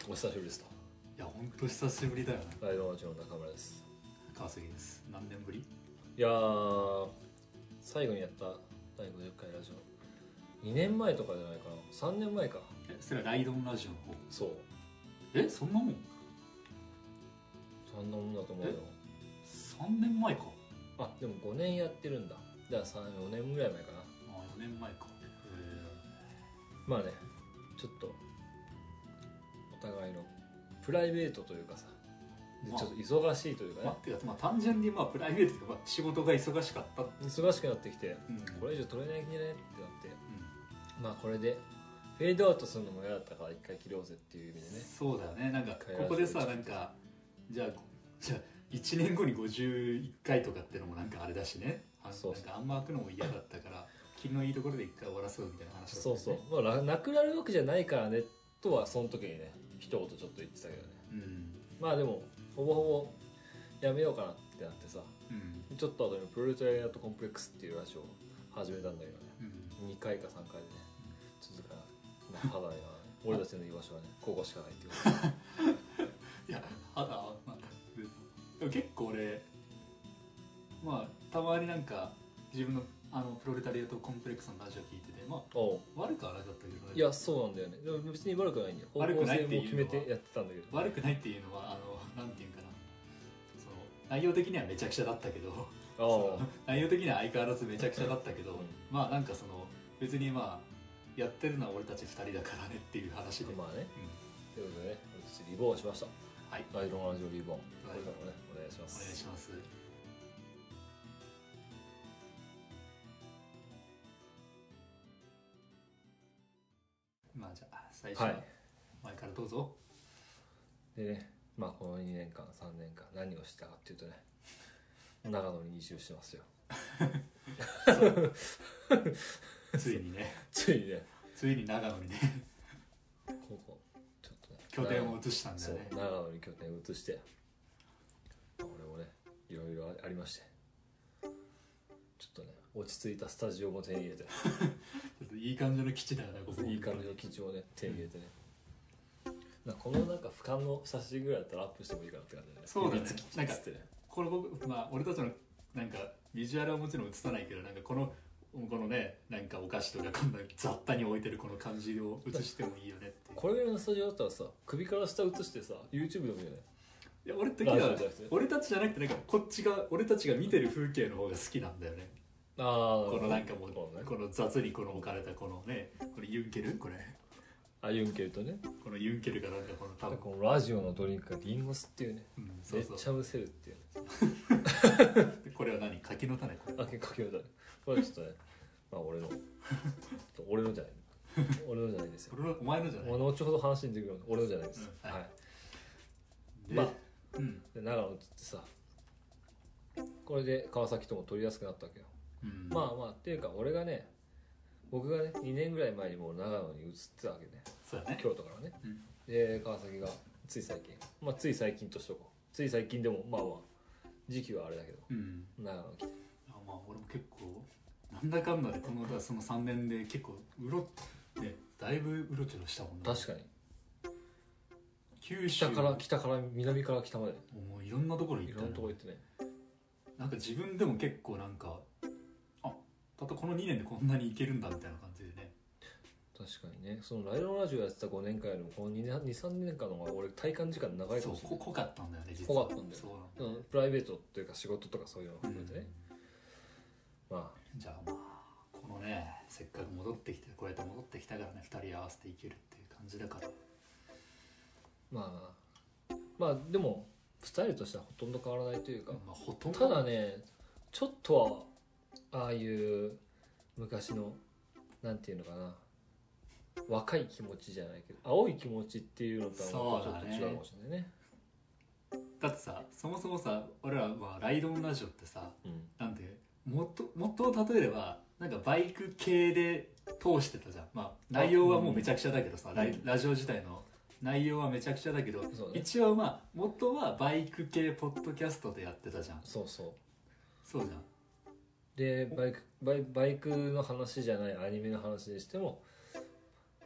お久しぶりですと。 いや、ほんと久しぶりだよね。 ライドマチの中村です。 川崎です。何年ぶり？ いやー、最後にやった第50回ラジオ2年前とかじゃないかな。3年前か。 それはライドンラジオの方？ そう、 そんなもん？ そんなもんだと思うよ。 3年前か。 あ、でも5年やってるんだ。じゃあ4年ぐらい前かな。 4年前か。 まあね、ちょっとお互いのプライベートというかさ、 まあちょっと忙しいというかね、 単純にプライベートというか、仕事が忙しかった。 忙しくなってきて、これ以上取れないんじゃねってなって、まあこれでフェードアウトするのも嫌だったから一回切ろうぜっていう意味でね。 そうだよね。なんかここでさ、なんかじゃあ1年後に51回とかってのもなんかあれだしね。なんかあんま開くのも嫌だったから気のいいところで一回終わらそうみたいな話だった、ね、 そうそう、まあ、なくなるわけじゃないからねとはその時にね一言ちょっと言ってたけどね、まあでもほぼほぼやめようかなってなってさ、ちょっと後にプロレタリアートコンプレックスっていうラジオを始めたんだけどね、2回か3回でね続かない、まあ、肌には俺たちの居場所はねここしかないっていういや肌は、でも結構俺たまになんか自分のプロレタリアートコンプレックスのラジオ聞いてて悪くはなかったけどね。 いやそうなんだよね。でも別に悪くないんだよ。 悪くないっていうのは決めてやってたんだけど、 悪くないっていうのはなんていうかな、その内容的にはめちゃくちゃだったけど内容的には相変わらずめちゃくちゃだったけど、まあなんかその別にやってるのは俺たち2人だからねっていう話で、 まあね、ということでね、私リボンしました。はい、ライドのラジオリボン、これからもねお願いします。 お願いします。じゃあ最初は前からどうぞ。 でね、まあこの2年間3年間何をしたかっていうとね、長野に移住してますよついにねついに長野にねここちょっとね拠点を移したんだよね。 そう、長野に拠点を移して、俺もねいろいろありまして、ちょっとね落ち着いたスタジオも手に入れてちょっといい感じの基地だよね、ここ。 いい感じの基地をね手に入れてね、このなんか俯瞰の写真ぐらいだったらアップしてもいいかなって感じでね。 そうだね。なんかこれ僕俺たちのなんかビジュアルはもちろん映さないけど、なんかこのね、なんかお菓子とかこんな雑多に置いてるこの感じを映してもいいよねっていう。 これぐらいのスタジオだったらさ、首から下映してさ YouTube でもいいよね。 いや俺たちじゃなくて、なんかこっちが俺たちが見てる風景の方が好きなんだよね。このなんかもう、この雑に置かれたこのね、これユンケル、これユンケルとね、 このユンケルがなんか多分このラジオのドリンクがリンゴ酢っていうね、めっちゃむせるっていうねこれは何？柿の種？ 柿の種。これちょっとね、俺のじゃない俺のじゃないですよ。 お前のじゃない。 後ほど話に出てくるの俺のじゃないです。はい。で長野ってさ、これで川崎とも取りやすくなったわけよ。っていうか僕がね2年ぐらい前にもう長野に移ってたわけね。 そうだね。 京都からね、で川崎がつい最近としとこう。つい最近でも時期はあれだけど、長野に来て、 俺も結構なんだかんだでその3年で結構だいぶうろちょろしたもんね。 確かに九州北から南から北までもういろんなところ行ってね、 なんか自分でも結構なんかたったこの2年でこんなにいけるんだみたいな感じでね。 確かにね、そのライドのラジオやってた5年間よりもこの2,3年間の方が俺体感時間長いかもしれない。 濃かったんだよね、実は。 濃かったんだよ。プライベートというか仕事とかそういうのを含めてね、 じゃあこのね、せっかくこうやって戻ってきたからね、2人合わせていけるっていう感じだから、 でもスタイルとしてはほとんど変わらないというか、 ただねちょっとはああいう昔のなんていうのかな、若い気持ちじゃないけど青い気持ちっていうのとはちょっと違うかもしれないね。 だってさ、そもそもさ、俺らライドンラジオってさ、なんてもっと例えればなんかバイク系で通してたじゃん。内容はもうめちゃくちゃだけどさ、ラジオ自体の内容はめちゃくちゃだけど、一応元はバイク系ポッドキャストでやってたじゃん。そうじゃん。 でバイクの話じゃないアニメの話にしても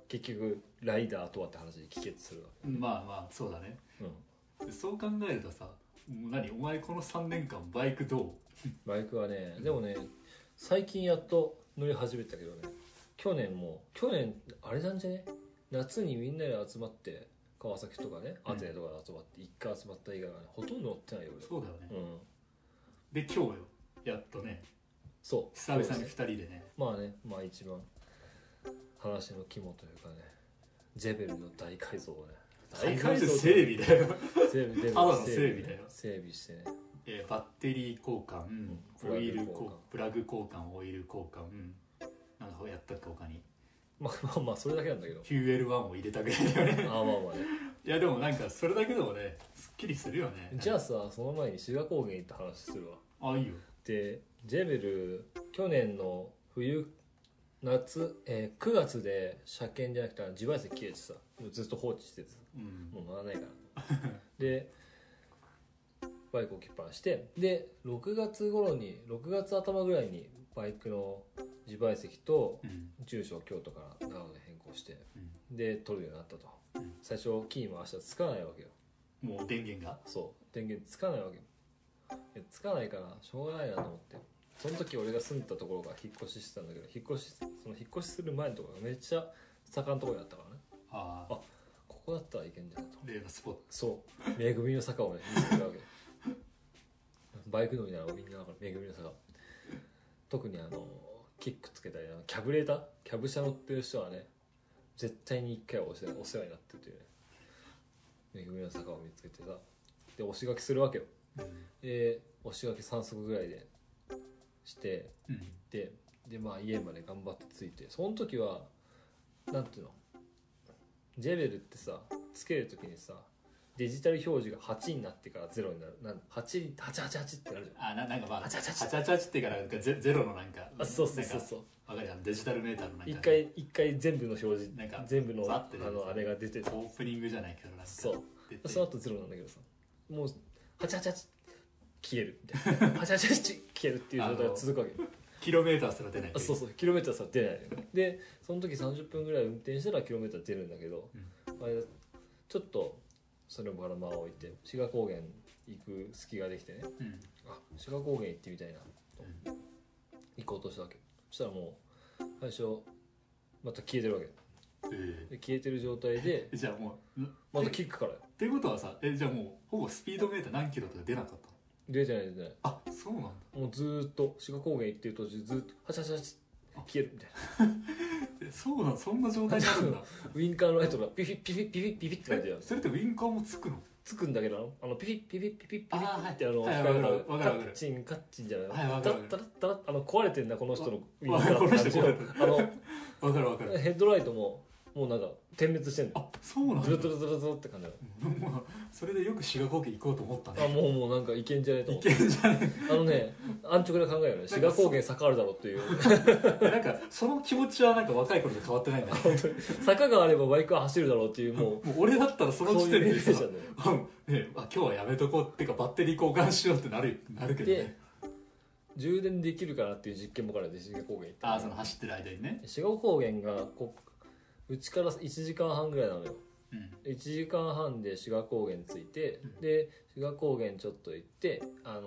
結局ライダーとはって話で帰結するわけ。 まあまあそうだね、うん、そう考えるとさ、お前この3年間バイクどう？ バイクはね、でもね最近やっと乗り始めたけどね、去年あれなんじゃね、夏にみんなで集まって川崎とかねアテネとかで集まって一回集まった以外はねほとんど乗ってないよ俺。 そうだよね、で今日よやっとね、 そう久々に2人でね、 まあね、まあ一番話の肝というかね、ジェベルの大改造をね、 大改造整備だよただの整備だよ、 整備してね、 バッテリー交換、プラグ交換、オイル交換、なんかやったっけ他に。 まあそれだけなんだけど、 フューエル1を入れたぐらいだよね。 まあね。 いやでもなんかそれだけでもねすっきりするよね。 じゃあさ、その前に志賀高原行った話するわ。 いいよ。 でジェベル去年の夏、9月で車検じゃなくて自賠責切れてさ、もうずっと放置しててさ、もう乗らないからでバイク置きっぱなして、で6月頭ぐらいにバイクの自賠責と住所を京都から長野で変更して、で取るようになったと、最初キー回したらつかないわけよ。 もう電源が電源つかないわけよ。つかないからしょうがないなと思って、その時俺が住んでたところから引っ越ししてたんだけど、引っ越しする前のところがめっちゃ坂のところにあったからね、ここだったらいけんじゃんと、 例のスポット、 そう恵みの坂をね見つけたわけバイク乗りならみんな恵みの坂、特にキックつけたりキャブレーター、キャブ車乗ってる人はね絶対に一回はお世話になってるというね、恵みの坂を見つけてさ、で押し書きするわけよ、押し書き3足ぐらいでして、でまあ家まで頑張って着いて、その時はなんていうの、ジェベルってさつける時にさデジタル表示が8になってから0になる、888ってなるじゃん。 なんかまあ888ってからなんかゼロのなんか、 そうわかるやん、デジタルメーターのなんか一回全部の表示なんか全部のあれが出てて、 オープニングじゃないけどなんかその後0なんだけどさ、もう888消えるみたいな888消えるっていう状態が続くわけキロメーターすら出ない。 そうキロメーターすら出ないでその時30分ぐらい運転したらキロメーター出るんだけど、ちょっとそれから間を置いて志賀高原行く隙ができてね、志賀高原行ってみたいなと、行こうとしたわけ。そしたらもう最初また消えてるわけで、消えてる状態でじゃあもうまたキックからよっていうことはさ、じゃあもうほぼスピードメーター何キロとか出なかった？ 出てない。 そうなんだ。 もうずーっと志賀高原行ってる途中ずっと888消えるみたいなそうなん、そんな状態になるんだウインカーのライトがピピッピピッピピッピピッって感じや。 それってウインカーもつくの？ つくんだけどピピッピピッピピッピピッってわかるカッチンじゃない、 タラタラ壊れてんだこの人のウインカーって感じのわかるヘッドライトももうなんか点滅してんの。 そうなんだ。 ズルズルズルズルって感じだ。 それでよく志賀高原行こうと思ったね。 もうなんかいけんじゃねえと思って。 いけんじゃねえ安直な考えよね。志賀高原坂あるだろうっていうなんかその気持ちはなんか若い頃と変わってないんだね。 本当に坂があればバイクは走るだろうっていうもう俺だったらその時点でさ、 ね、 今日はやめとこうってかバッテリー交換しようってなるけどね。 充電できるかなっていう実験もからで志賀高原行った。 その走ってる間にね。 志賀高原がうちから1時間半ぐらいなのよ、1時間半で志賀高原着いて、で志賀高原ちょっと行って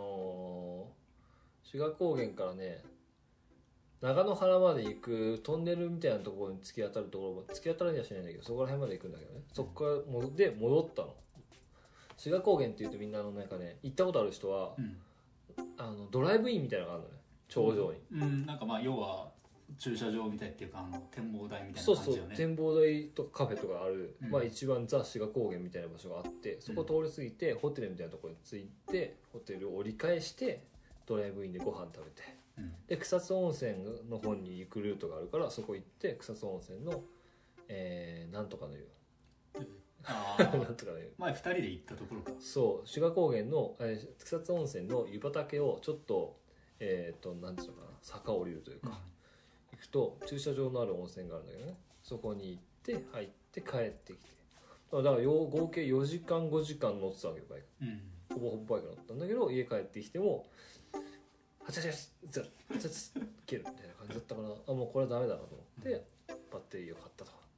志賀高原からね長野原まで行くトンネルみたいなところに突き当たるところも突き当たるにはしないんだけど、そこら辺まで行くんだけどね、そこからで戻ったの。志賀高原っていうとみんななんかね行ったことある人は、ドライブインみたいなのがあるのね頂上に、 なんかまあ要は駐車場みたいっていうか展望台みたいな感じよね。 展望台とかカフェとかある、一番ザ・志賀高原みたいな場所があって、そこ通り過ぎて、ホテルみたいなところに着いてホテルを折り返してドライブインでご飯食べて、で草津温泉の方に行くルートがあるからそこ行って草津温泉の、なんとかの湯なんとかの湯前2人で行ったところか。 そう志賀高原の、草津温泉の湯畑をちょっとなんていうのかな、坂を降りるというか、行くと駐車場のある温泉があるんだけどね、そこに行って入って帰ってきて、だから合計4時間5時間乗ってたわけよバイク、ほぼほぼバイク乗ったんだけど、家帰ってきても888ゼロ消えるみたいな感じだったから、もうこれはダメだなと思ってバッテリーを買ったと。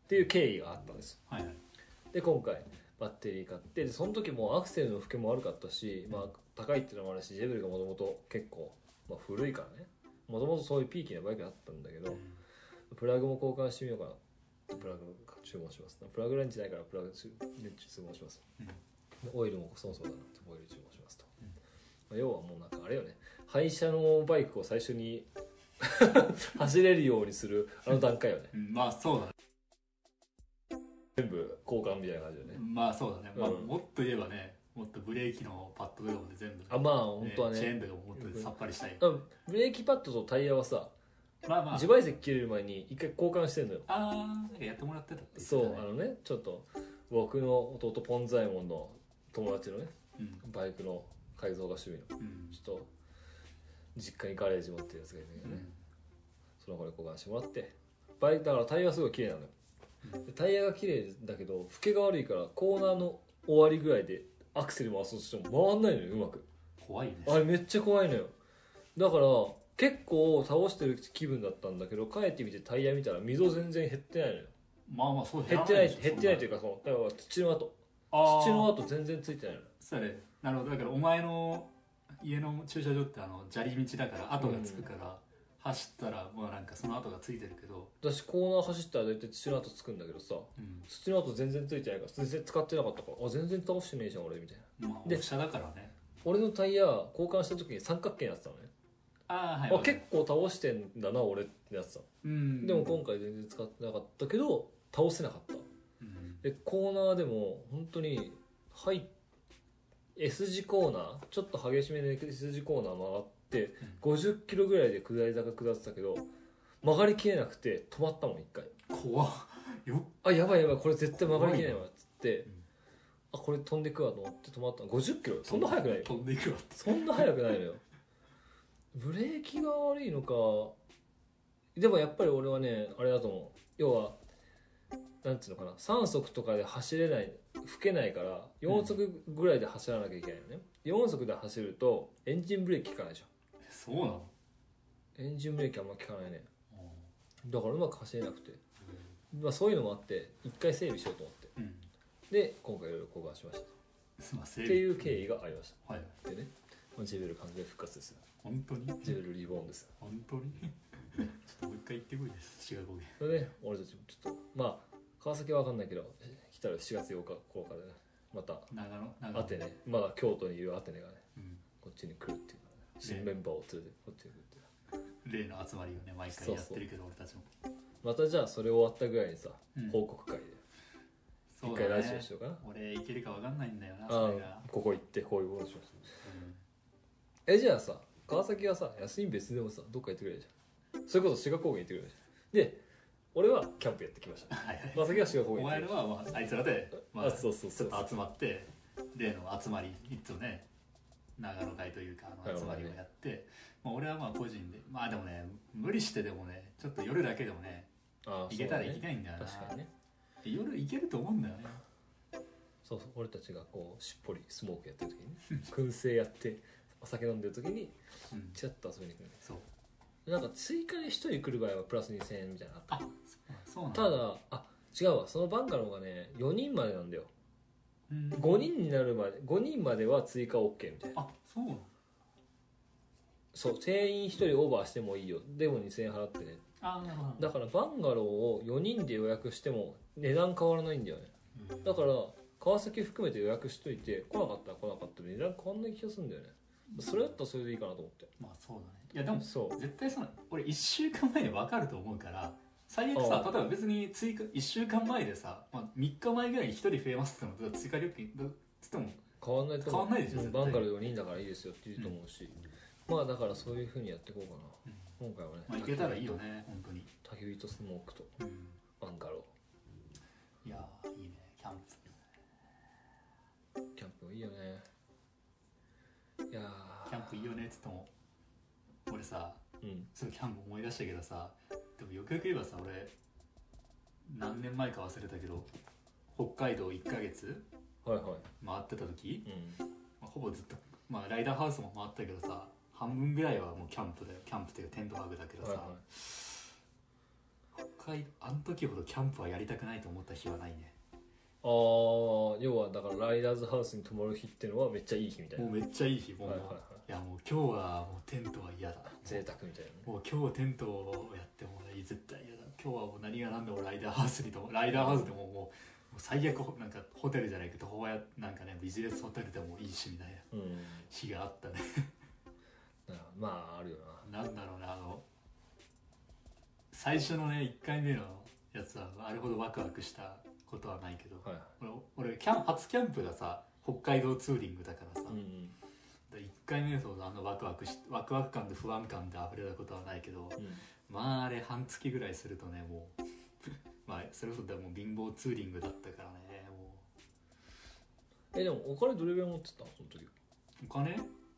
っていう経緯があったんです、 はいはい、 で今回バッテリー買って、でその時もアクセルの負荷も悪かったし、まあ、高いっていうのもあるし、ジェベルがもともと結構、まあ、古いからね、もともとそういうピーキーなバイクだったんだけど、プラグも交換してみようかなって、プラグ注文します。プラグレンチないからプラグ注文します、オイルもそもそもだなってオイル注文しますと、まあ、要はもうなんかあれよね、廃車のバイクを最初に走れるようにするあの段階よね、 まあそうだね、 全部交換みたいな感じだよね。 まあそうだね、まあ、もっと言えばね、もっとブレーキのパッドとかも全部、 あ、まあ本当はね、 チェーンとかももっとさっぱりしたい、 ブレーキパッドとタイヤはさ、 まあまあ自賠責切れる前に一回交換してんのよ。 ああ、なんかやってもらってたって言ってそたね。 う、あのね、ちょっと僕の弟ポンザイモンの友達のね、バイクの改造が趣味の、ちょっと実家にガレージ持ってるやつがいるんだけどね、その子に交換してもらって、バイクだからタイヤはすごい綺麗なのよ、タイヤが綺麗だけど老けが悪いから、コーナーの終わりぐらいでアクセル回そうとしても回んないのよ、うまく。 怖いね、 あれめっちゃ怖いのよ。だから結構倒してる気分だったんだけど、帰ってみてタイヤ見たら溝全然減ってないのよ。 まあまあそう減ってないというか、そのだから土の跡全然ついてないの。 そうやね、なるほど。だからお前の家の駐車場って砂利道だから跡がつくから、走ったらもうなんかその跡がついてるけど、 私コーナー走ったら大体土の跡つくんだけどさ、土の跡全然ついてないから、全然使ってなかったから、あ全然倒してねえじゃん俺みたいな。 まあで車だからね、 俺のタイヤ交換した時に三角形になってたのね。 はい、 結構倒してんだな俺ってやつさ、でも今回全然使ってなかったけど倒せなかった、でコーナーでも本当にS 字コーナー、ちょっと激しめの S 字コーナー曲がって、50キロぐらいで下り坂下ってたけど曲がりきれなくて止まったもん一回。 怖っよ、 あやばいこれ絶対曲がりきれないわっつって、あこれ飛んでくわと思って止まったの。50キロそんな速くないよ、 飛んでいくわそんな速くないのよ。ブレーキが悪いのか、でもやっぱり俺はねあれだと思う。要はなんていうのかな、3速とかで走れない、吹けないから4速ぐらいで走らなきゃいけないよね、4速で走るとエンジンブレーキ効かないじゃん。 そうなの、 エンジンブレーキあんま効かないね、だからうまく走れなくて、まあ、そういうのもあって一回整備しようと思って、で今回いろいろ交換しましたっていう経緯がありました、でね、ジェベル完全復活ですよ。 本当にジェベルリボーンです。 本当にちょっともう一回行ってこいです、滋賀高原。 それで、俺たちもちょっとまあ川崎は分かんないけど、来たら4月8日頃からね、また長野アテネ、まだ京都にいるアテネがね、こっちに来るっていうか、ね、新メンバーを連れてこっちに来るっていう例の集まりをね毎回やってるけど、俺たちもまたじゃあそれ終わったぐらいにさ、報告会で一回ラジオしようかな。 俺行けるか分かんないんだよな、 それがここ行ってこういうことします、じゃあさ川崎はさ休み別でもさどっか行ってくれるじゃん。それこそ志賀高原行ってくれるじゃん。で俺はキャンプやってきました、川崎は志賀高原。 お前らは、まあ、あいつらで、まあ、 そうちょっと集まって例の集まりいつもね長野会というか集まりをやって、まあ、俺はまあ個人でまあでもね無理してでもねちょっと夜だけでもね行けたら行きたいんだよな。 確かにね、 夜行けると思うんだよね。 そう俺たちがこうしっぽりスモークやってる時に、ね、燻製やってお酒飲んでる時にちらっと遊びに来る、そうなんか追加で1人来る場合はプラス2000円みたいなのあった。 そうなんだ。 ただ違うわ、そのバンガローがね4人までなんだよ、5人になるまで5人までは追加 OK みたいな。 そうなの。 そう定員1人オーバーしてもいいよ、でも2000円払ってね。 なるほど。だからバンガローを4人で予約しても値段変わらないんだよね、だから川崎含めて予約しといて来なかったら来なかったら値段変わんない気がするんだよね。それだったらそれでいいかなと思って。 まあそうだね。いやでも絶対俺1週間前で分かると思うから、最悪さ、例えば別に追加1週間前でさ、まあ、3日前ぐらいに1人増えますって言っても追加料金つっても変わんないと思う。 変わんないでしょ。 バンガロー4人だからいいですよって言うと思うし、まあだからそういう風にやっていこうかな、今回はね。 まあ行けたらいいよね本当に。 焚き火とスモークとバンガロー、いやいいね。 キャンプいいよね。いやキャンプいいよねっつっても俺さ、そのキャンプ思い出したけどさ、でもよくよく言えばさ、俺何年前か忘れたけど北海道1ヶ月回ってた時、まあ、ほぼずっと、まあ、ライダーハウスも回ったけどさ、半分ぐらいはもうキャンプだよ。キャンプっていうテント泊だけどさ、北あの時ほどキャンプはやりたくないと思った日はないね。 ああ、要はだからライダーズハウスに泊まる日っていうのはめっちゃいい日みたいな。 もうめっちゃいい日、もう、 はいはいはい、 いやもう今日はもうテントは嫌だ、 贅沢みたいな、ね、 もう今日テントをやっても絶対嫌だ、今日はもう何が何でもライダーハウスでももう最悪なんかホテルじゃないけどなんかねビジネスホテルでもいいしみたいな日があったね、 まああるよな。 なんだろうな、最初のね1回目のやつはあれほどワクワクしたことはないけど、はい、俺初キャンプがさ北海道ツーリングだからさ、1回目のワクワク感で不安感で溢れたことはないけど、まああれ半月ぐらいするとねもうまあそれこそでも貧乏ツーリングだったからね、もう。でもお金どれぐらい持ってたその時？ お金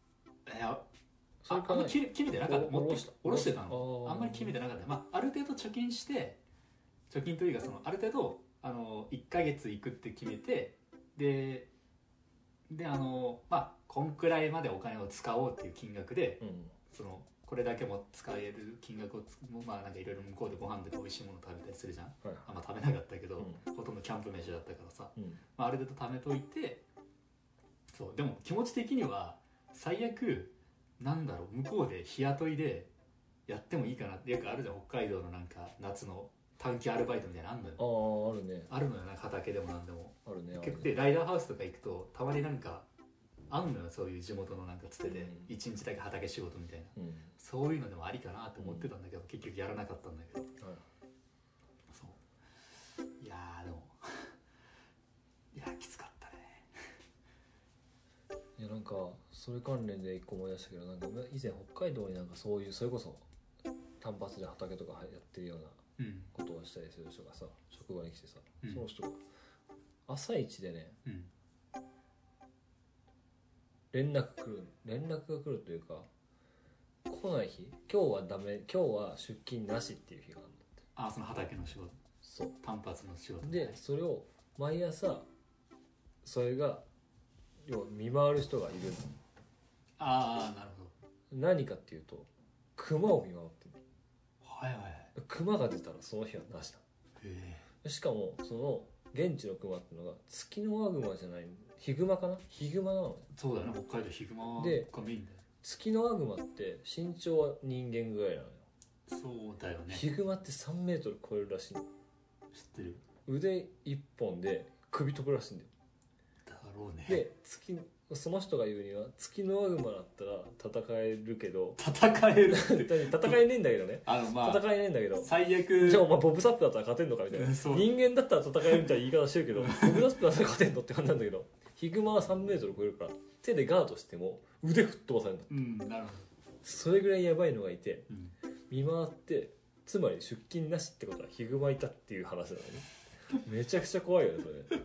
あんまり決めてなかった。下ろしてたの。あんまり決めてなかった。まあある程度貯金というかある程度1ヶ月行くって決めて、でまあこんくらいまでお金を使おうっていう金額で、これだけも使える金額をまあなんかいろいろ向こうでご飯で美味しいもの食べたりするじゃん、はい、あんま食べなかったけど、ほとんどキャンプ飯だったからさ、まあ、ある程度貯めといて、そうでも気持ち的には最悪なんだろう、向こうで日雇いでやってもいいかなって、よくあるじゃん北海道のなんか夏の短期アルバイトみたいなのあんのよ。 あるね。 あるのよな、畑でもなんでもあるね。 結構でライダーハウスとか行くとたまになんかあんのよ、そういう地元のなんかつてで一日だけ畑仕事みたいな、そういうのでもありかなと思ってたんだけど、結局やらなかったんだけど、そういやでもいやきつかったね。 いやなんかそれ関連で一個思い出したけど、なんか以前北海道になんかそういうそれこそ単発で畑とかやってるようなことをしたりする人がさ、職場に来てさ、その人が朝一でね、連絡が来るというか、来ない日、今日はダメ、今日は出勤なしっていう日があるんだって。 あ、その畑の仕事、 そう単発の仕事で、それを毎朝それが要は見回る人がいるの。 ああ、なるほど。何かっていうと熊を見回ってる。 はいはい。 熊が出たらその日はなしだ。しかもその現地の熊っていうのがツキノワグマじゃない、ヒグマかな、ヒグマなのね。 そうだね、北海道ヒグマがメインだよ。 ツキノワグマって身長は人間ぐらいなのよ。 そうだよね。 ヒグマって3メートル超えるらしいの。知ってる。 腕一本で首飛ぶらしいんだよ。 だろうね。 でその人が言うにはツキノワグマだったら戦えるけど、 戦えるって戦えねえんだけどね、まあ、戦えねえんだけど、 最悪じゃあお前ボブサップだったら勝てんのかみたいな、人間だったら戦えるみたいな言い方してるけどボブサップだったら勝てんのって感じなんだけど、ヒグマは3メートル超えるから手でガードしても腕吹っ飛ばされるんだ、 なるほど。 それぐらいやばいのがいて、見回って、つまり出勤なしってことはヒグマいたっていう話だよね。めちゃくちゃ怖いよねそれ。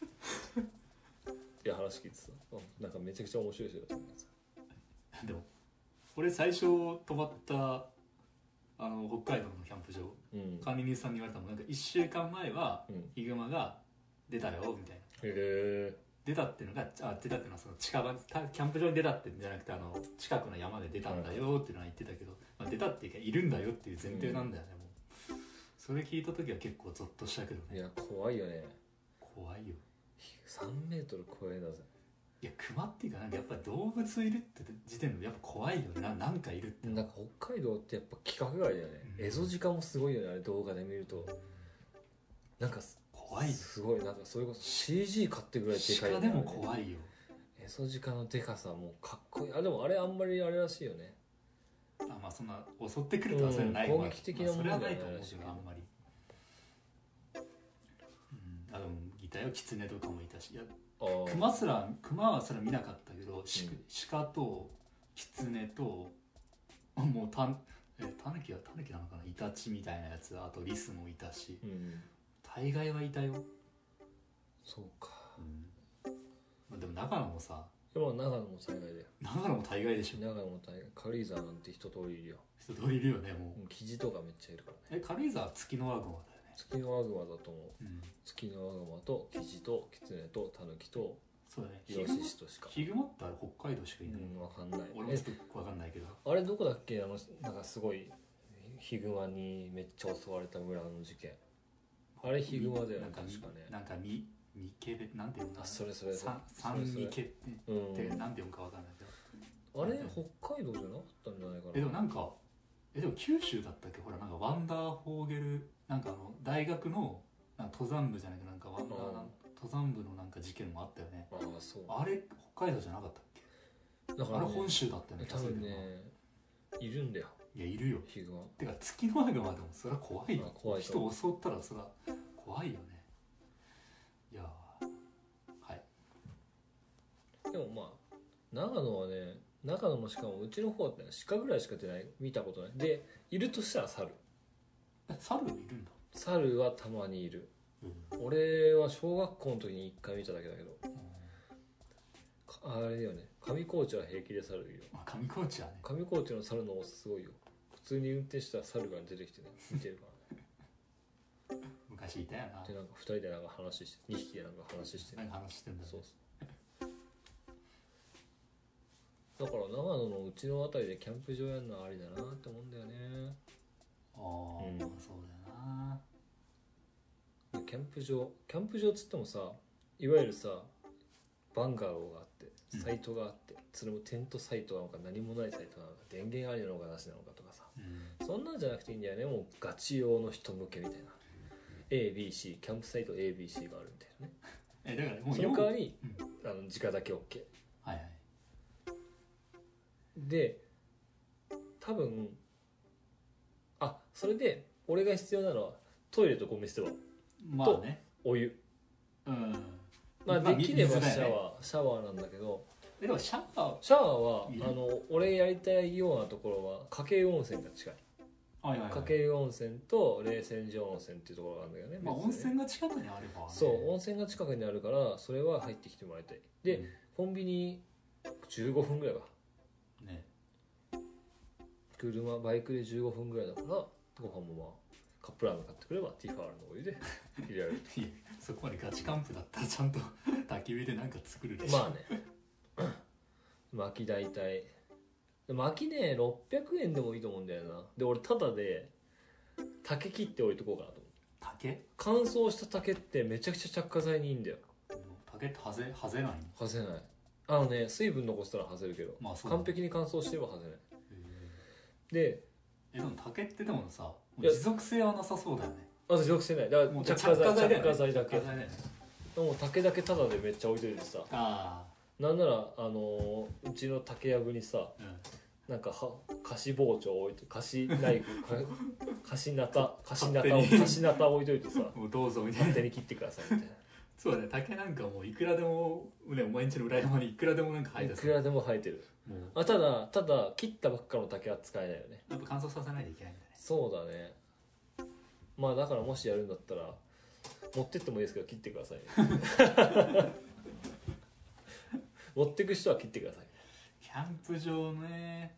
いや話聞いてさ、なんかめちゃくちゃ面白い人だと思ってさ。 でも俺最初泊まった北海道のキャンプ場、管理人さんに言われたのもなんか1週間前はヒグマが出たよみたいな、出たっていうのはその近場キャンプ場に出たってんじゃなくて近くの山で出たんだよっていうのは言ってたけど、まあ、出たっていうかいるんだよっていう前提なんだよね、もうそれ聞いた時は結構ゾッとしたけどね。 いや怖いよね。 怖いよ。 3メートル超えだぜ。 いや熊っていうかなんかやっぱり動物いるって時点でやっぱ怖いよね。なんかいるって。 なんか北海道ってやっぱ規格外だよね、エゾジカもすごいよね、あれ動画で見ると。なんか怖い、 すごい、なんかそれこそ CG 買ってぐらいでかいよね。鹿でも怖いよ。 エゾジカのでかさもかっこいい。でもあれあんまりあれらしいよね。 まあそんな襲ってくるとはそれはない、 攻撃的なものじゃないらしい、 それはないと思うけどあんまり。でもいたよ、キツネとかもいたし、いや熊はそれは見なかったけど、鹿とキツネともうタヌキなのかな、イタチみたいなやつ、あとリスもいたし、大概はいたよ。 そうか、 でも長野もさ、 でも長野も大概だよ。 長野も大概でしょ。 長野も大概。軽井沢なんて一通りいるよ。 一通りいるよね。もうキジとかめっちゃいるからね。 軽井沢はツキノワグマだよね。 ツキノワグマだと思う、ツキノワグマとキジとキツネとタヌキとイノシシとしか。 ヒグマってあれ北海道しかいない。 分かんない。 俺もちょっと分かんないけど、 あれどこだっけ、なんかすごいヒグマにめっちゃ襲われた村の事件。あれヒグマだよね、確かね。 なんかミケベなんていうの、 あ、それサンミケってなんていうのかわかんないけど、あれ北海道じゃなかったんじゃないかな。 でもなんかでも九州だったっけ。ほらなんかワンダーフォーゲルなんか大学のなんか登山部じゃないかなんかワンダー登山部のなんか事件もあったよね。 ああ、そう。 あれ北海道じゃなかったっけ。だから、ね、あれ本州だったよね。 多分ねいるんだよ。 いやいるよ。 ヒグマ。 てか月のワグマでもそれは怖いよ。 怖い。 人を襲ったらそれは怖いよね。いやはい。 でもまあ長野はね、長野のしかもうちの方って鹿ぐらいしか出ない、見たことない。でいるとしたら猿。 猿いるんだ。 猿はたまにいる、俺は小学校の時に1回見ただけだけど、あれだよね、上高地は平気で猿いるよ。 上高地はね、 上高地の猿の多さすごいよ。普通に運転したら猿が出てきてね見てるからね昔いたよな。 でなんか2人でなんか話して2匹でなんか話してなんか話してんだ、ね、 そうだから長野のうちのあたりでキャンプ場やるのはありだなって思うんだよね。 ああ、そうだよな。 キャンプ場っつってもさ、いわゆるさバンガローがあってサイトがあって、それもテントサイトなのか何もないサイトなのか電源ありなのかなしなのかとかさ、そんなんじゃなくていいんだよね。もうガチ用の人向けみたいな ABC キャンプサイト ABC があるみたいなね。 だからもうその代わり、直だけ OK。 はいはい。 で多分それで俺が必要なのはトイレとゴミ捨て場、 まあね、 とお湯、 まあできればシャワーなんだけど、 でもシャワーは俺やりたいようなところは鹿教湯温泉が近い。鹿教湯温泉と冷泉寺温泉っていうところがあるんだけどね。 温泉が近くにあればね。 そう温泉が近くにあるからそれは入ってきてもらいたい。で、コンビニ15分ぐらいかね、バイクで15分ぐらいだから、ご飯もまあカップラーメン買ってくればティファールのお湯で入れられるそこまでガチカンプだったらちゃんと焚き火でなんか作るでしょ。 まあね薪大体薪ね600円でもいいと思うんだよな。で俺タダで竹切って置いとこうかなと思う。 竹乾燥した竹ってめちゃくちゃ着火剤にいいんだよ。 竹ってはぜないの？ はぜない。水分残したらはぜるけど、完璧に乾燥してればはぜない。でも竹ってでもさ持続性はなさそうだよね。 持続性ない。だから着火剤だけ。でも竹だけタダでめっちゃ置いといてさ、なんならうちの竹やぶにさ、なんか菓子包丁置いて、菓子ナイフ菓子ナタ置いといてさ、 もうどうぞみたいな、 勝手に切ってくださいみたいなそうだね。竹なんかもういくらでもね、お前んちの裏山にいくらでもなんか生えてる。 いくらでも生えてる。ただ切ったばっかの竹は使えないよね。 やっぱ乾燥させないといけないんだね。 そうだね。まあだからもしやるんだったら持ってってもいいですけど切ってください持ってく人は切ってください。 キャンプ場ね、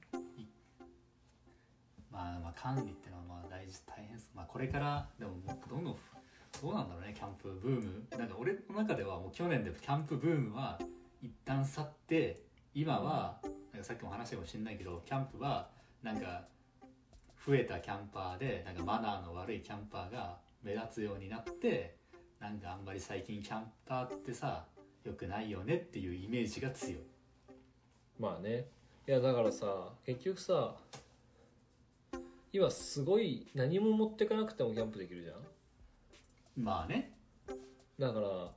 まあ管理ってのはまあ大変です。まあこれからでももっとどんどんどうなんだろうね、キャンプブーム。なんか俺の中ではもう去年でキャンプブームは一旦去って、今はなんかさっきも話したかもしれないけど、キャンプはなんか増えたキャンパーでなんかマナーの悪いキャンパーが目立つようになって、なんかあんまり最近キャンパーってさ良くないよねっていうイメージが強い。 まあね、いやだからさ結局さ今すごい何も持ってかなくてもキャンプできるじゃん。 まあね。 だから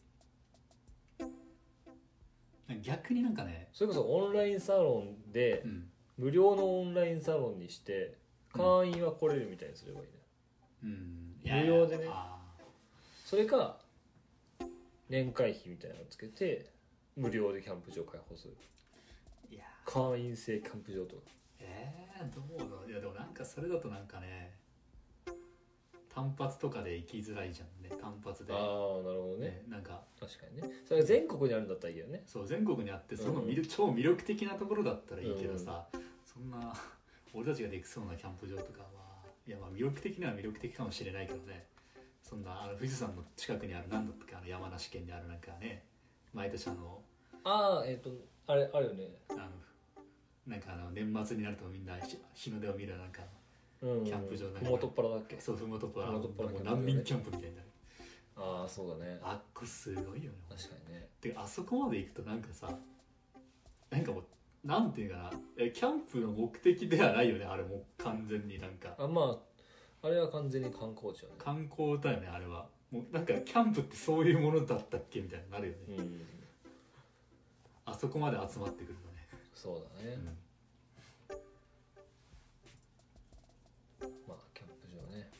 逆になんかね、 それこそオンラインサロンで、無料のオンラインサロンにして会員は来れるみたいにすればいいね、無料でね。それか年会費みたいなのつけて無料でキャンプ場開放する。いや会員制キャンプ場とかどうだろう。いやでもなんかそれだとなんかね、単発とかで行きづらいじゃんね。単発で。 ああなるほどね。 なんか確かにね。それが全国にあるんだったらいいよね。 そう全国にあってその超魅力的なところだったらいいけどさ、そんな俺たちができそうなキャンプ場とかはいやまあ魅力的には魅力的かもしれないけどね。そんな富士山の近くにあるなんだったか山梨県にあるなんかね、毎年あれあるよね。 なんか年末になるとみんな日の出を見るなんかキャンプ場ふもとっぱらだっけ。 そう、ふもとっぱら、 もう難民キャンプみたいな。 ああそうだね。 あっこすごいよね。 確かにね。 であそこまで行くとなんかさ、なんかもうなんていうかな、キャンプの目的ではないよね、あれも完全になんか。 まああれは完全に観光地よね。 観光だよねあれは。もうなんかキャンプってそういうものだったっけみたいになるよね。あそこまで集まってくるとね。 そうだね。まあキャンプ場ね。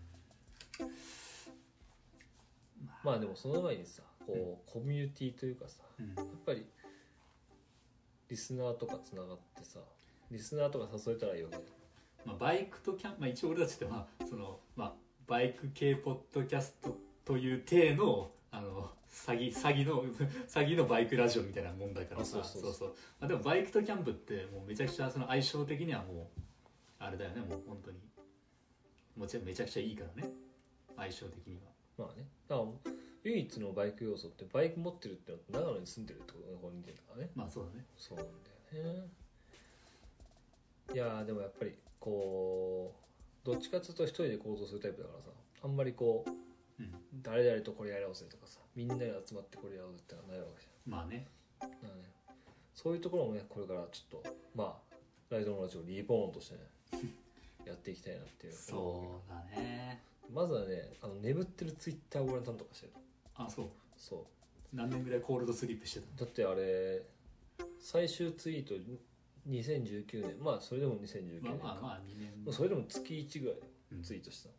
まあでもその前にさ、こうコミュニティというかさ、やっぱりリスナーとかつながってさ、リスナーとか誘えたらいいわけ。 バイクとキャンプ、一応俺たちってそのバイク系ポッドキャストという体の詐欺のバイクラジオみたいなもんだからさ。そうでもバイクとキャンプってもうめちゃくちゃその相性的にはもうあれだよね、もう本当にめちゃくちゃいいからね、相性的には。 まあね、だから唯一のバイク要素ってバイク持ってるってのは長野に住んでるってことが本人だからね。 まあそうだね。 そうなんだよね。いやでもやっぱりこうどっちかっていうと一人で行動するタイプだからさ、あんまりこう、誰々とこれやろうぜとかさ、みんなで集まってこれやろうぜってのはないわけじゃん。 まあね。 だからね、そういうところもね、これからちょっとライドのラジオリボーンとしてねやっていきたいなっていう。 そうだね。 まずはね、眠ってるツイッターをご覧たんとかしてる。そう何年ぐらいコールドスリープしてたの？ だってあれ最終ツイート2019年、それでも2019年か、 2年、 それでも月1ぐらいツイートした、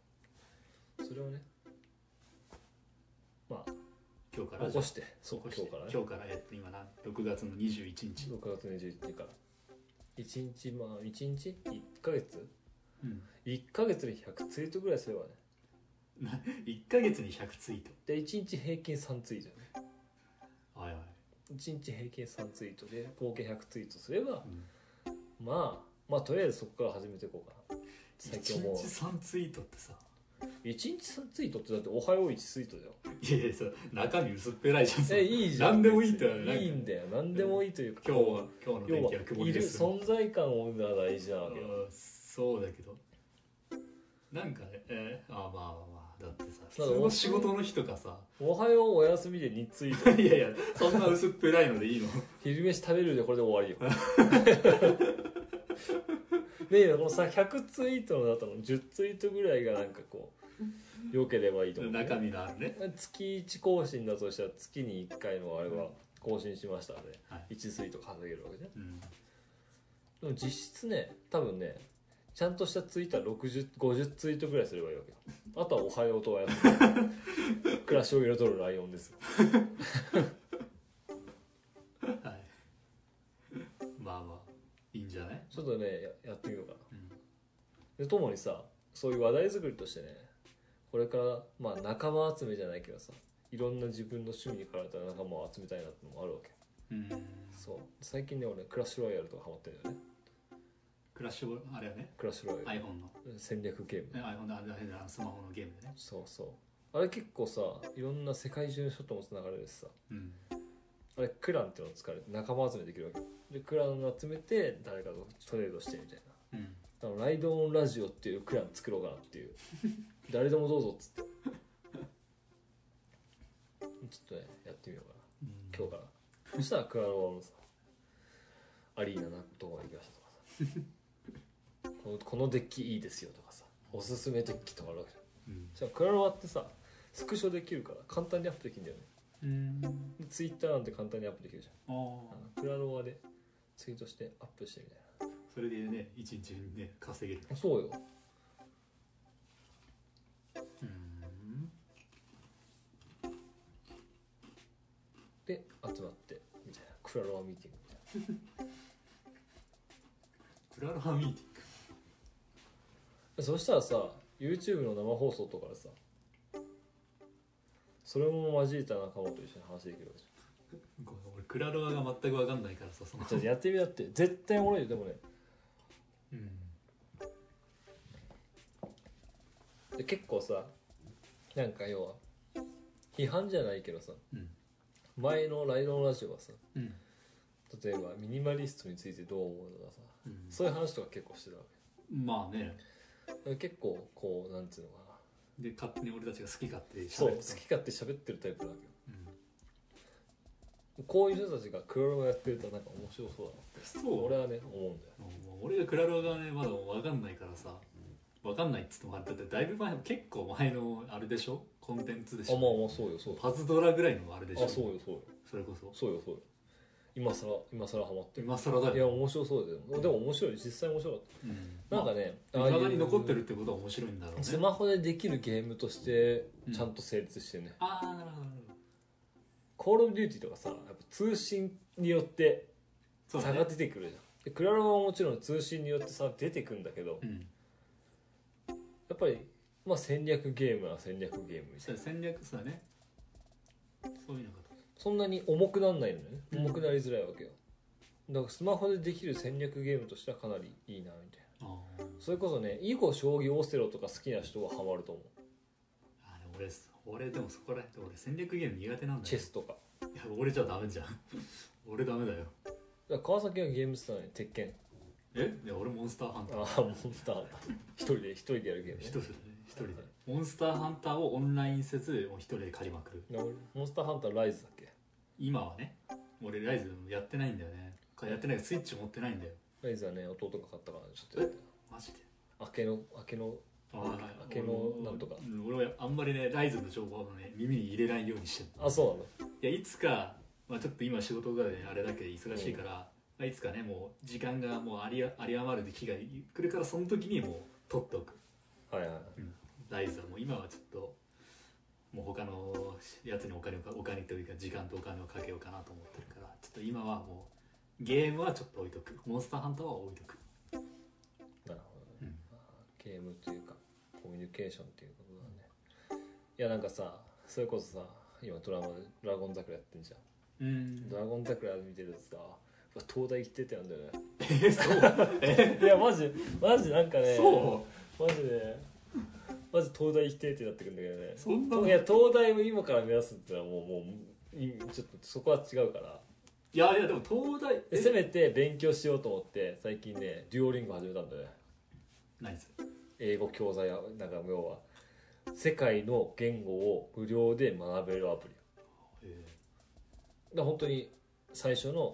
それをね今日から起こして、今日から今6月の21日 6月21日から1日1日1ヶ月、1ヶ月に100ツイートぐらいすればね 1ヶ月に100ツイートで1日平均3ツイートね。 はいはい。 1日平均3ツイートで合計100ツイートすれば、まあとりあえずそこから始めていこうかな。 最近もう1日3ツイートってさ、 1日3ツイートってだっておはよう1ツイートだよ。 いや中身薄っぺらいじゃん。 いいじゃん。 何でもいいっていいんだよ、何でもいいというか、 今日の天気は曇りです。 いる存在感をが大事なわけよ。 そうだけどなんかね、だってさ、普通の仕事の日とかさ、 おはようお休みで2ツイートいやそんな薄っぺらいのでいいの？ 昼飯食べるでこれで終わりよねえ、このさ100ツイートの中の10ツイートぐらいがなんかこう良ければいいと思う、 中身のあるね。 月1更新だとしたら月に1回のあれは更新しましたので、1ツイート稼げるわけね、でも実質ね、多分ねちゃんとしたツイートは50ツイートぐらいすればいいわけよ。あとはおはようとおやすみ暮らしを彩るライオンですはい、いいんじゃない？ ちょっとね やってみようかな、でともにさ、そういう話題作りとしてね、これから仲間集めじゃないけどさ、いろんな自分の趣味に絡めた仲間を集めたいなってのもあるわけ。そう最近ね、俺クラッシュロワイヤルとかハマってるんだよね。 クラッシュあれはね、 クラッシュロワイヤル iPhone の戦略ゲーム、 iPhone のスマホのゲームでね。 そうあれ結構さ、いろんな世界中の人ともつながれるしさ、あれクランっていうのを使われて仲間集めできるわけで、クランを集めて誰かとトレードしてみたいな、ライドオンラジオっていうクラン作ろうかなっていう誰でもどうぞっつってちょっとねやってみようかな、今日から。そしたらクラロワのさアリーナなとこまで行きましたとかさこのデッキいいですよとかさ、おすすめデッキとかあるわけじゃん、じゃあクラロワってさスクショできるから簡単にアップできるんだよね。ツイッターなんて簡単にアップできるじゃん。クラロワでツイートしてアップしてみたいな。 それでね、1日にね稼げる。 そうよ。で集まってみたいな、クラロワミーティングみたいなクラロワミーティング。 そしたらさ YouTube の生放送とかでさ、それも交えた仲間と一緒に話できるわけじゃん。俺クラロワが全く分かんないからさ、 じゃあやってみだって、絶対おもろいよ。でもね、で結構さ、なんか要は批判じゃないけどさ、前のライドのラジオはさ、例えばミニマリストについてどう思うとかさ、そういう話とか結構してたわけ。 まあね。 結構こうなんつうのかなで勝手に俺たちが好き勝手そう好き勝手喋ってるタイプだけど、こういう人たちがクラロワやってるとなんか面白そうだなってそう俺はね思うんだよ。 俺がクラロワがねまだ分かんないからさ、分かんないっつってもだってだいぶ前、結構前のあれでしょ、コンテンツでしょ。 まあそうよそうよ。 パズドラぐらいのあれでしょ。 そうよそうよ。 それこそそうよそうよ。今更ハマってる。 今更だよ。 いや面白そうだよ。でも面白い、実際面白かった、なんかね未だに残ってるってことは面白いんだろうね。 スマホでできるゲームとしてちゃんと成立してね、 ああなるほど。 コールオブデューティーとかさやっぱ通信によって差が出てくるじゃん、でクラロワはもちろん通信によって差出てくるんだけど、やっぱりまあ戦略ゲームは戦略ゲームみたいな。 戦略そうだね。そういうのかと。 そんなに重くなんないのね、重くなりづらいわけよ。だからスマホでできる戦略ゲームとしてはかなりいいなみたいな。それこそね囲碁将棋オセロとか好きな人はハマると思う。 俺でもそこら辺俺戦略ゲーム苦手なんだよ。 チェスとか。 いや俺じゃダメじゃん俺ダメだよ。 だから川崎はゲームスターね鉄拳。 いや俺モンスターハンター。 モンスターハンター一人でやるゲーム、ね、 一人でモンスターハンターをオンラインせずもう一人で借りまくる。 モンスターハンターライズだっけ。 今はね俺ライズやってないんだよね。やってないスイッチ持ってないんだよ。 ライズはね弟が買ったからちょっとやってマジで明けのなんとか。 俺はあんまりねライズの情報をね耳に入れないようにしてる。 そうなの。 いやいつか、まあ、ちょっと今仕事がねあれだけ忙しいから、まあ、いつかねもう時間がもう有り余る日が来るからその時にもう取っておく。 はいはい、 ライズはもう今はちょっともう他のやつにお金というか時間とお金をかけようかなと思ってるからちょっと今はもうゲームはちょっと置いとく。モンスターハンターは置いとく。 なるほどね、ゲームというかコミュニケーションっていうことだね。いやなんかさそれこそさ今ドラゴン桜やってんじゃん。ドラゴン桜見てるとさ東大行ってたんだよね。そういやマジなんかねマジ東大行ってってなってくるんだけどね。 そんな。 いや東大を今から目指すってのはもうちょっとそこは違うから。 いやでも東大せめて勉強しようと思って最近ねデュオリンゴ始めたんだよね。 何それ。 英語教材やなんか要は世界の言語を無料で学べるアプリ。だ本当に最初の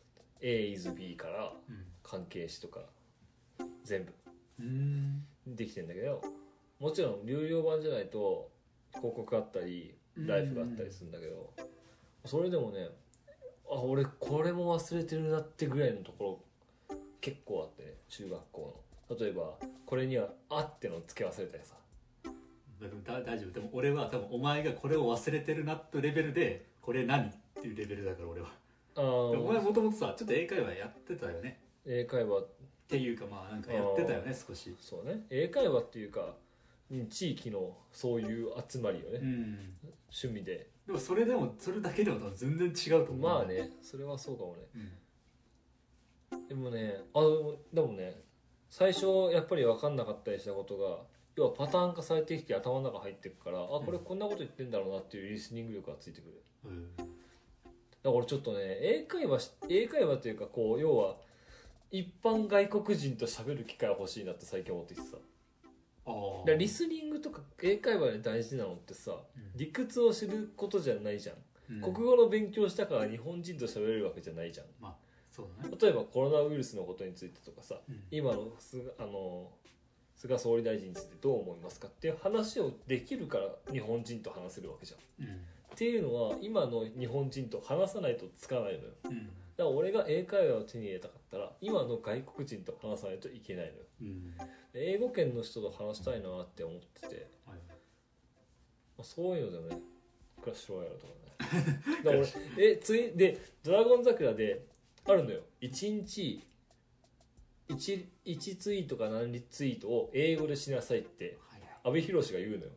A is B から関係詞とか全部できてんだけど、もちろん有料版じゃないと広告あったりライフがあったりするんだけど、それでもね俺これも忘れてるなってぐらいのところ結構あってね。中学校の例えばこれには「あ」ってのを付け忘れたりさ。 大丈夫。でも俺は多分お前がこれを忘れてるなってレベルでこれ何っていうレベルだから俺は。お前もともとさちょっと英会話やってたよね。 英会話っていうかまあなんかやってたよね少し。 そうね英会話っていうか地域のそういう集まりよね、趣味で。 でもそれだけでも多分全然違うと思う。 まあねそれはそうかもね、でもねでもね最初やっぱり分かんなかったりしたことが要はパターン化されてきて頭の中入ってくからこれこんなこと言ってんだろうなっていうリスニング力がついてくる、だから俺ちょっとね英会話というかこう要は一般外国人と喋る機会欲しいなって最近思ってきてさ。だからリスニングとか英会話で大事なのってさ、理屈を知ることじゃないじゃん、国語の勉強したから日本人と喋れるわけじゃないじゃん、 そうだね。 例えばコロナウイルスのことについてとかさ、今の菅総理大臣についてどう思いますかっていう話をできるから日本人と話せるわけじゃん、っていうのは今の日本人と話さないとつかないのよ、だから俺が英会話を手に入れたかったら今の外国人と話さないといけないのよ、英語圏の人と話したいなって思ってて、そういうのでもねクラッシュロイヤルとかねだから俺でドラゴン桜であるのよ1日1ツイートか何リツイートを英語でしなさいって阿部寛が言うのよ、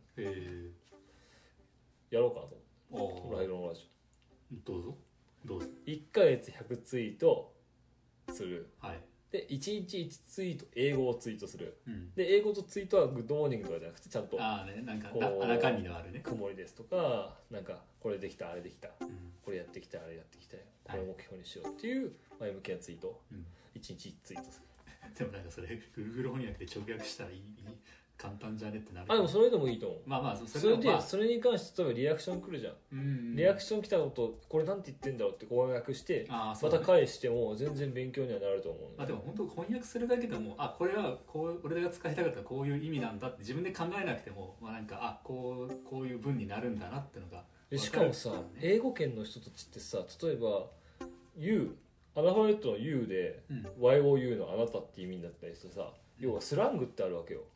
やろうかなと思ってライドのラジオどうぞ 1ヶ月100ツイートする、で1日1ツイート英語をツイートする、で英語とツイートはグッドモーニングとかじゃなくてちゃんとなんか中身のあるね曇りですとかなんかこれできたあれできた、これやってきたあれやってきたよこれを目標にしようっていう前向きなツイート、1日1ツイートするでもなんかそれ Google 翻訳で直訳したら簡単じゃねってなる。 でもそれでもいいと思う。 まあまあそれでそれに関して例えばリアクション来るじゃん、リアクション来たことこれなんて言ってんだろうって翻訳して、また返しても全然勉強にはなると思う。 でも本当翻訳するだけでもこれはこう俺が使いたかったこういう意味なんだって自分で考えなくても、なんかこういう文になるんだなってのが分かる。 しかもさ、英語圏の人たちってさ、例えば You アルファベットの U で、YOU のあなたって意味になったりしてさ、要はスラングってあるわけよ。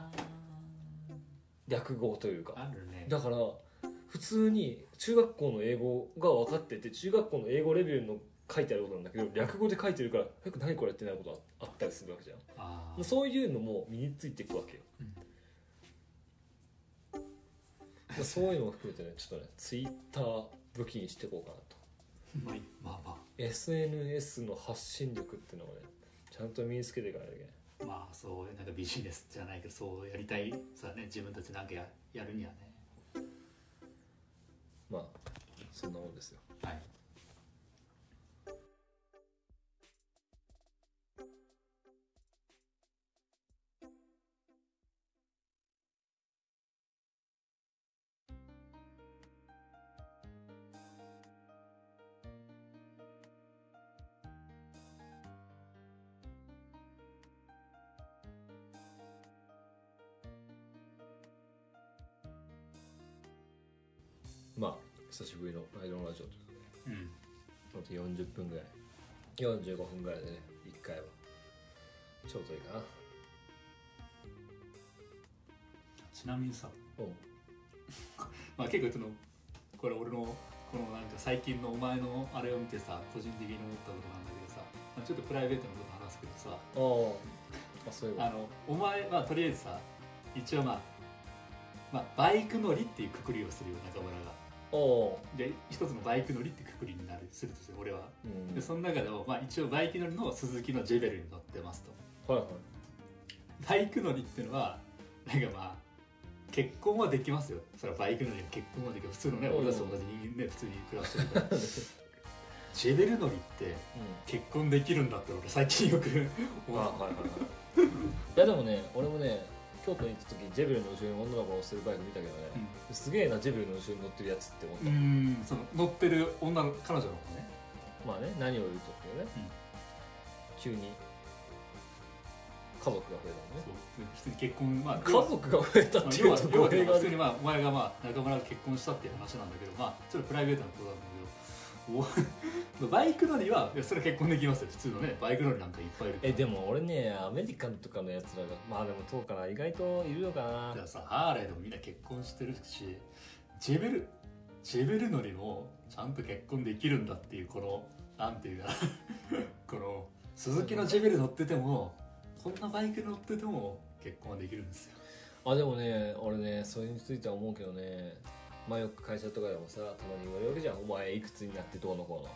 略語というか。 あるね。 だから普通に中学校の英語が分かってて、中学校の英語レベルの書いてあることなんだけど、略語で書いてるから何これってなることあったりするわけじゃん。そういうのも身についていくわけよ、そういうのも含めてね、ちょっとね、ツイッター武器にしていこうかなと。SNS の発信力っていうのをね、ちゃんと身につけていかないといけない。 そうなんかビジネスじゃないけど、そうやりたいさね、自分たちなんかやるにはね。 そんなもんですよ。 はい。 久しぶりのライドのラジオということで、あと40分ぐらい、45分ぐらいでね、1回はちょうどいいかな。 ちなみにさ、結構これ俺のこのなんか最近のお前のあれを見てさ、個人的に思ったことなんだけどさ、ちょっとプライベートのこと話すけどさ、 そういうお前とりあえずさ、一応バイク乗りっていうくくりをするよ、中村が。で一つのバイク乗りってくくりにするとして、俺は、でその中でも、一応バイク乗りのスズキのジェベルに乗ってますと。バイク乗りっていうのはなんか結婚はできますよ。それはバイク乗りは結婚はできる。普通のね、俺たちと同じ人間ね、普通に暮らしてるからジェベル乗りって結婚できるんだって俺最近よく思う。 いやでもね、俺もね、京都に行った時にジェベルの後ろに女の子が乗ってるバイク見たけどね、すげえなジェベルの後ろに乗ってるやつって思った。 その乗ってる彼女の子ね。 何を言うとっていうね、急に家族が増えたのね。 普通に結婚、 家族が増えたっていうと要は普通にお前が中村が結婚したっていう話なんだけど、ちょっとプライベートなことなんだけど、バイク乗りはそれは結婚できますよ。普通のねバイク乗りなんかいっぱいいるから。 でも俺ね、アメリカンとかのやつらがでもそうかな、意外といるのかな。 じゃあさ、ハーレーでもみんな結婚してるし、ジェベル乗りもちゃんと結婚できるんだっていう、このなんていうかこの鈴木のジェベル乗ってても、こんなバイク乗ってても結婚はできるんですよ。 でもね、俺ね、それについては思うけどね、よく会社とかでもさ、たまに言われるわけじゃん。お前いくつになってどうのこうの。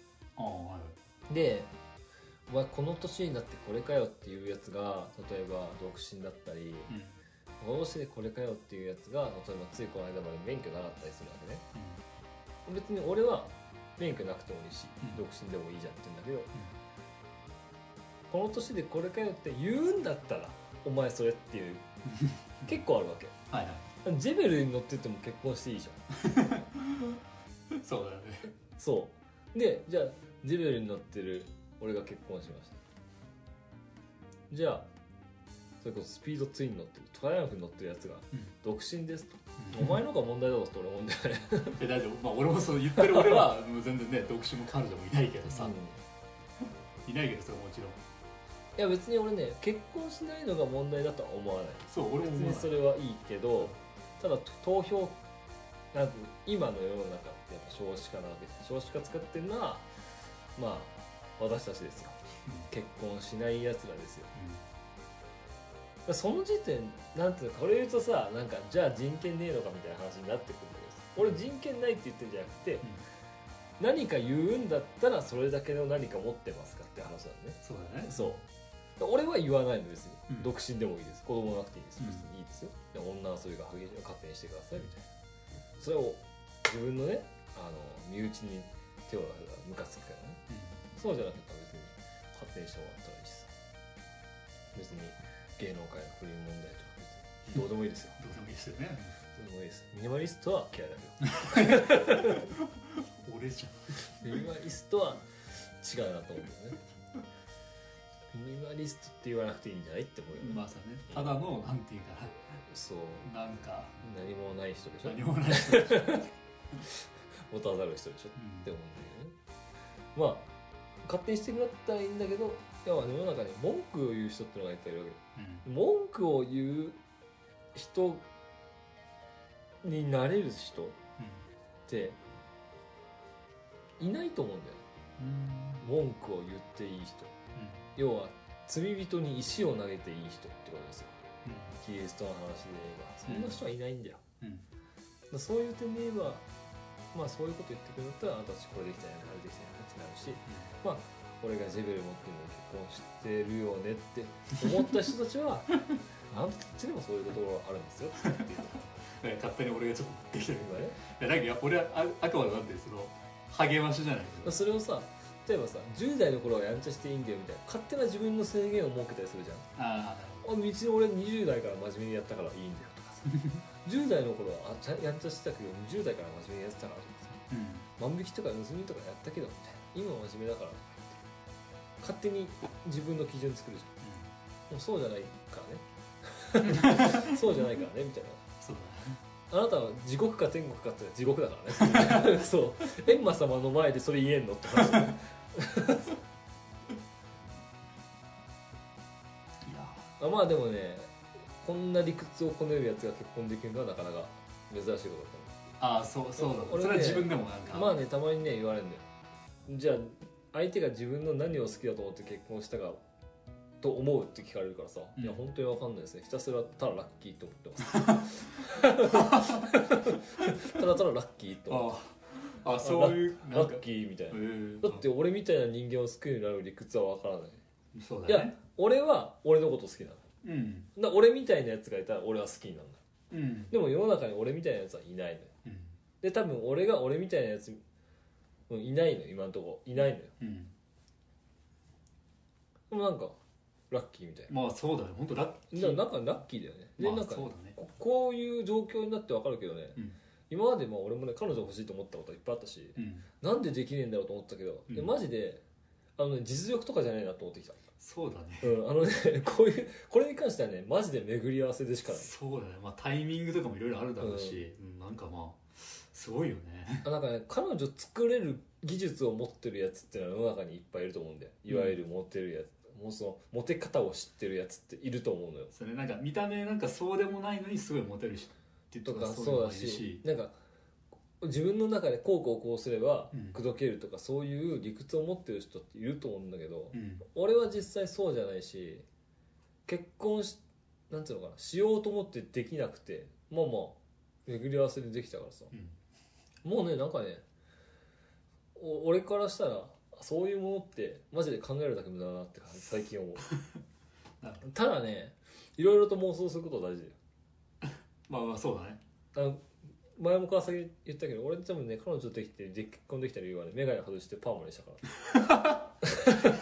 で、お前この年になってこれかよっていうやつが、例えば独身だったり、この年でこれかよっていうやつが、例えばついこの間まで免許なかったりするわけね。別に俺は免許なくてもいいし、独身でもいいじゃんって言うんだけど、この年でこれかよって言うんだったらお前それっていう結構あるわけ。ジェベルに乗ってても結婚していいじゃんそうだよね。 そうで、じゃあジェベルに乗ってる俺が結婚しました。じゃあそれこそスピードツイン乗ってる、トライアンフに乗ってるやつが独身ですと、お前の方が問題だろって俺思うんだよね。 大丈夫。俺もそう言ってる俺はもう全然ね、独身も彼女もいないけどさ、いないけどさ、もちろん。 いや別に俺ね、結婚しないのが問題だとは思わない。 そう俺も別にそれはいいけど、ただ投票なんて今の世の中ってやっぱ少子化なわけで、少子化使ってるのは私たちですよ。結婚しないやつらですよ。その時点なんていうか、これ言うとさ、なんかじゃあ人権ねえのかみたいな話になってくるんだけど、俺人権ないって言ってるんじゃなくて、何か言うんだったらそれだけの何か持ってますかって話なんね。 そうだね。 そう俺は言わないの、別に、独身でもいいです、子供なくていいです、別にいいですよ。で女はそれが勝手にしてくださいみたいな。それを自分のね、身内に手をムカつくからね、そうじゃなかったら別に勝手にしてもらったらいいしさ。 別に芸能界の不倫問題とか別にどうでもいいですよ。 どうでもいいですよね。 どうでもいいです。ミニマリストは嫌いだけど俺じゃん。ミニマリストは違うなと思うけどね。ミニマリストって言わなくていいんじゃないって思うよね。 まあさね、ただのなんていうかな、 そうなんか何もない人でしょ。 何もない人でしょ持たざる人でしょ、って思うんだけどね。まあ勝手にしてくれたらいいんだけど、いや世の中に文句を言う人ってのがいっぱいいるわけで、文句を言う人になれる人っていないと思うんだよ、文句を言っていい人、要は罪人に石を投げていい人ってことですよ、キリストの話で言えばそんな人はいないんだよ、だそういう点で言えばまあそういうこと言ってくれるとあなたたちこれできたよねあれできたよねってなるし、まあ俺がジェベル持ってるの結婚してるよねって思った人たちはあなたたちでもそういうところあるんですよっていう勝手に俺がちょっとできてる今ね。 いやなんか俺はあくまでなんてその励ましじゃないけど、 それをさ例えばさ10代の頃はやんちゃしていいんだよみたいな勝手な自分の制限を設けたりするじゃん。 あ別に俺20代から真面目にやったからいいんだよとかさ10代の頃はやんちゃしてたけど20代から真面目にやってたからとかさ、万引きとか盗みとかやったけどみたいな今は真面目だからとか言って勝手に自分の基準作るじゃん、もうそうじゃないからねそうじゃないからねみたいな。 そうあなたは地獄か天国かって地獄だからねそう閻魔様の前でそれ言えんのって話まあでもねこんな理屈をこねるやつが結婚できるのはなかなか珍しいことだと思う。 ああそうだ、俺それは自分でもなんかまあねたまにね言われるんだよ。じゃあ相手が自分の何を好きだと思って結婚したかと思うって聞かれるからさ、いや本当に分かんないですね、ひたすらただラッキーと思ってますただただラッキーと思ってあそういうラッキーみたいな、だって俺みたいな人間を救うようになる理屈は分からない。 そうだね、 いや俺は俺のこと好きなの、だ俺みたいなやつがいたら俺は好きになるんだ、でも世の中に俺みたいなやつはいないのよ、で多分俺が俺みたいなやついないのよ今のところいないのよ、でもなんかラッキーみたいな。 まあそうだね、本当ラッキー。 なんかラッキーだよね。で、 まあ、 なんか、 そうだね、 こういう状況になってわかるけどね、今までまあ俺もね彼女欲しいと思ったこといっぱいあったし、なんでできねえんだろうと思ったけど、マジで実力とかじゃないなと思ってきた。 そうだね。 これに関してはねマジで巡り合わせでしかない。 そうだね。まあタイミングとかもいろいろあるだろうし、なんかまあすごいよね。 なんかね彼女作れる技術を持ってるやつっていうのは世の中にいっぱいいると思うんだよ。いわゆるモテるやつ。もうそのモテ方を知ってるやつっていると思うのよ。 それなんか見た目なんかそうでもないのにすごいモテる人ってとかそうだし、なんか自分の中でこうすれば口説けるとか、そういう理屈を持ってる人っていると思うんだけど、俺は実際そうじゃないし、結婚なんていうのかな、しようと思ってできなくて、まあ巡り合わせでできたからさ、もうねなんかね俺からしたらそういうものってマジで考えるだけ無駄だなって最近思うただねいろいろと妄想することは大事だよまあそうだね。 前も川崎言ったけど俺多分ね彼女できて結婚できた理由はね眼鏡外してパーマにしたから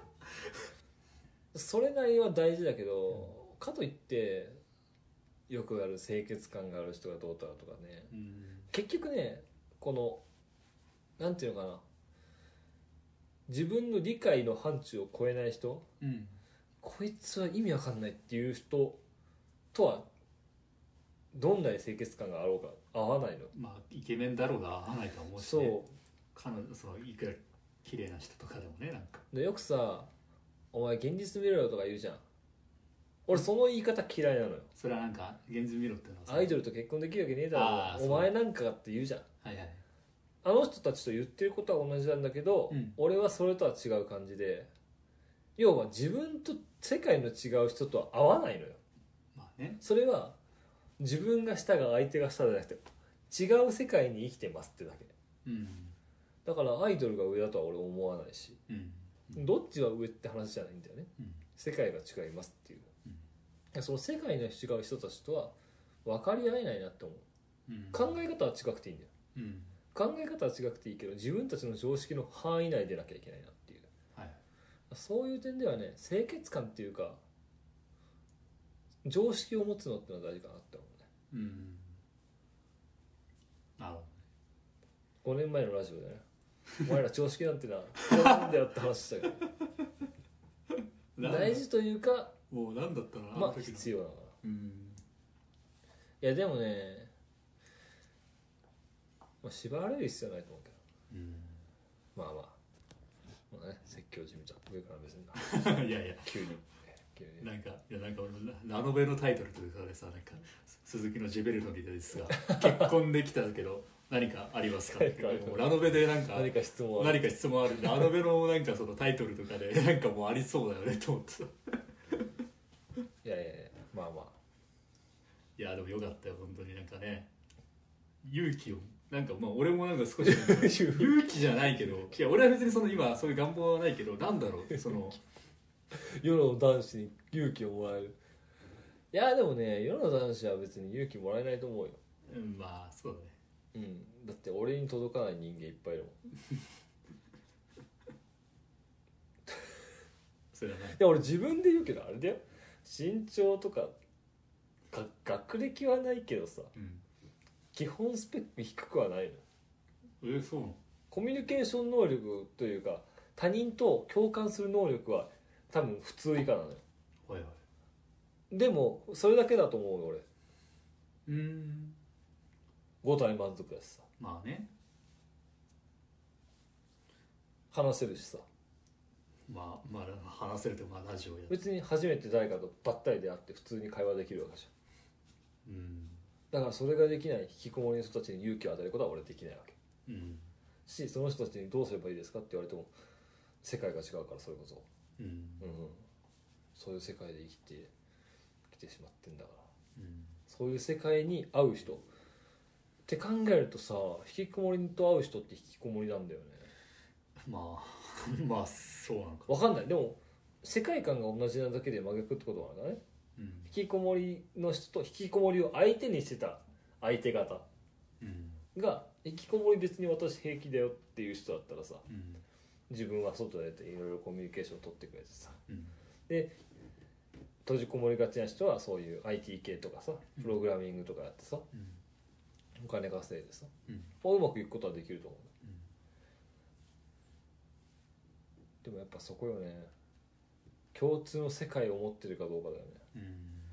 それなりは大事だけど、かといってよくある清潔感がある人がどうたらとかね、結局ねこのなんていうのかな、自分の理解の範疇を超えない人、こいつは意味わかんないっていう人とはどんなに清潔感があろうか合わないの。 まあイケメンだろうが合わないとは思うし、ね、そういくら綺麗な人とかでもね、なんかでよくさお前現実見ろよとか言うじゃん。俺その言い方嫌いなのよ。 それはなんか現実見ろっていうのはアイドルと結婚できるわけねえだろお前なんかがって言うじゃん。あの人たちと言ってることは同じなんだけど、俺はそれとは違う感じで、要は自分と世界の違う人とは合わないのよ。それは自分が下が相手が下じゃなくて違う世界に生きてますってだけ、だからアイドルが上だとは俺思わないし、どっちが上って話じゃないんだよね、世界が違いますっていう、その世界の違う人たちとは分かり合えないなって思う、考え方は違くていいんだよ、考え方は違くていいけど自分たちの常識の範囲内でなきゃいけないなっていう、そういう点ではね清潔感っていうか常識を持つのってのは大事かなって思うね。 なるほど。5年前のラジオでね、お前ら常識なんてなんだよって話したけど大事というか、 もう何だったのまあ必要だから。いやでもね、まあ、縛られる必要はないと思うけど、まあね、説教じみた上から目線だいやいや急になんか俺ラノベのタイトルというかでさ、なんか鈴木のジェベルのリですが結婚できたけど何かありますかってラノベでなんか何か質問あるラノベのなんかそのタイトルとかでなんかもうありそうだよねと思ってさいやまあいやでもよかったよ本当に。なんかね、勇気をなんかまあ俺もなんか少し勇気じゃないけど、いや俺は別にその今そういう願望はないけど、なんだろうその世の男子に勇気をもらえる。いやでもね、世の男子は別に勇気もらえないと思うよ。 まあそうだね。だって俺に届かない人間いっぱいいるもんそれはない。 いや俺自分で言うけどあれだよ、身長とか学歴はないけどさ、基本スペック低くはないの。 そうなの？ コミュニケーション能力というか他人と共感する能力は多分普通以下なのよ。 はいはい。 でもそれだけだと思うよ俺。5体満足だしさ。 まあね。 話せるしさ。 まあ話せるとまあラジオや別に初めて誰かとばったりで会って普通に会話できるわけじゃん。だからそれができない引きこもりの人たちに勇気を与えることは俺できないわけ。しその人たちにどうすればいいですかって言われても世界が違うから、それこそ、そういう世界で生きてきてしまってんだから、そういう世界に合う人って考えるとさ、引きこもりと会う人って引きこもりなんだよね。まあそうなんか分かんない。でも世界観が同じなだけで真逆ってことはあるからね。引きこもりの人と引きこもりを相手にしてた相手方が、引きこもり別に私平気だよっていう人だったらさ、自分は外で出ていろいろコミュニケーションを取ってくれてさ、で閉じこもりがちな人はそういう IT 系とかさ、プログラミングとかやってさ、お金稼いでさ、うまくいくことはできると思う。でもやっぱそこよね、共通の世界を持ってるかどうかだよね。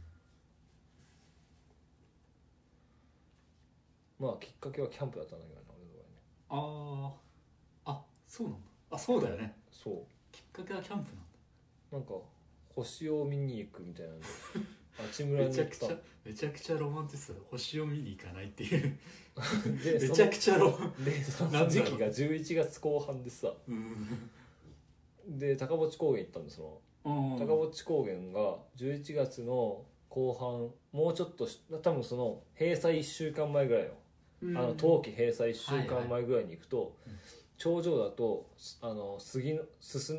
まあきっかけはキャンプだったんだけどね、俺の場合ね。 そうなんだ。そうだよね。 そう、 きっかけはキャンプなんだ。 なんか星を見に行くみたいなんであちむらに行っためちゃくちゃロマンティストだ。星を見に行かないっていうでめちゃくちゃロマンでその時期が11月後半でさ、で高墓地高原行ったんです。その高墓地高原が11月の後半、もうちょっと多分その閉鎖1週間前ぐらいよ、冬季閉鎖1週間前ぐらいに行くと、頂上だと杉のすす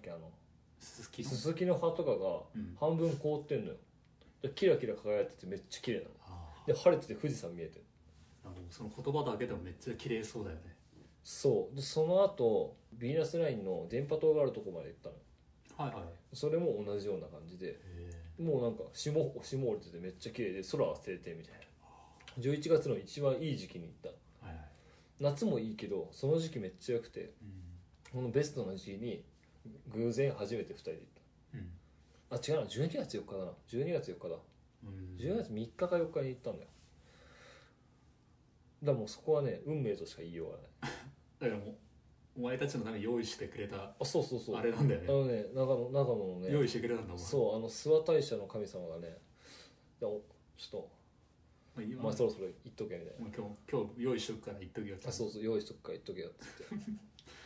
きの葉とかが半分凍ってんのよ。でキラキラ輝いててめっちゃ綺麗なので、晴れてて富士山見えてる。 その言葉だけでもめっちゃ綺麗そうだよね。 そうで、その後ヴィーナスラインの電波塔があるとこまで行ったの。それも同じような感じで、もうなんか霜降りててめっちゃ綺麗で空は晴天みたいな。11月の一番いい時期に行った。夏もいいけどその時期めっちゃ良くて、このベストの時期に偶然初めて2人で行った。違うな、12月4日だな。12月4日だ。12月3日か4日に行ったんだよ。だからもうそこはね、運命としか言いようがないだからもうお前たちのために用意してくれたそうあれなんだよね。 長野のね、 用意してくれたんだもん。 そう、諏訪大社の神様がね、ちょっとお前そろそろ言っとけみたいな。 今日用意しとくから言っとけよって。 そう用意しとくから言っとけよっつって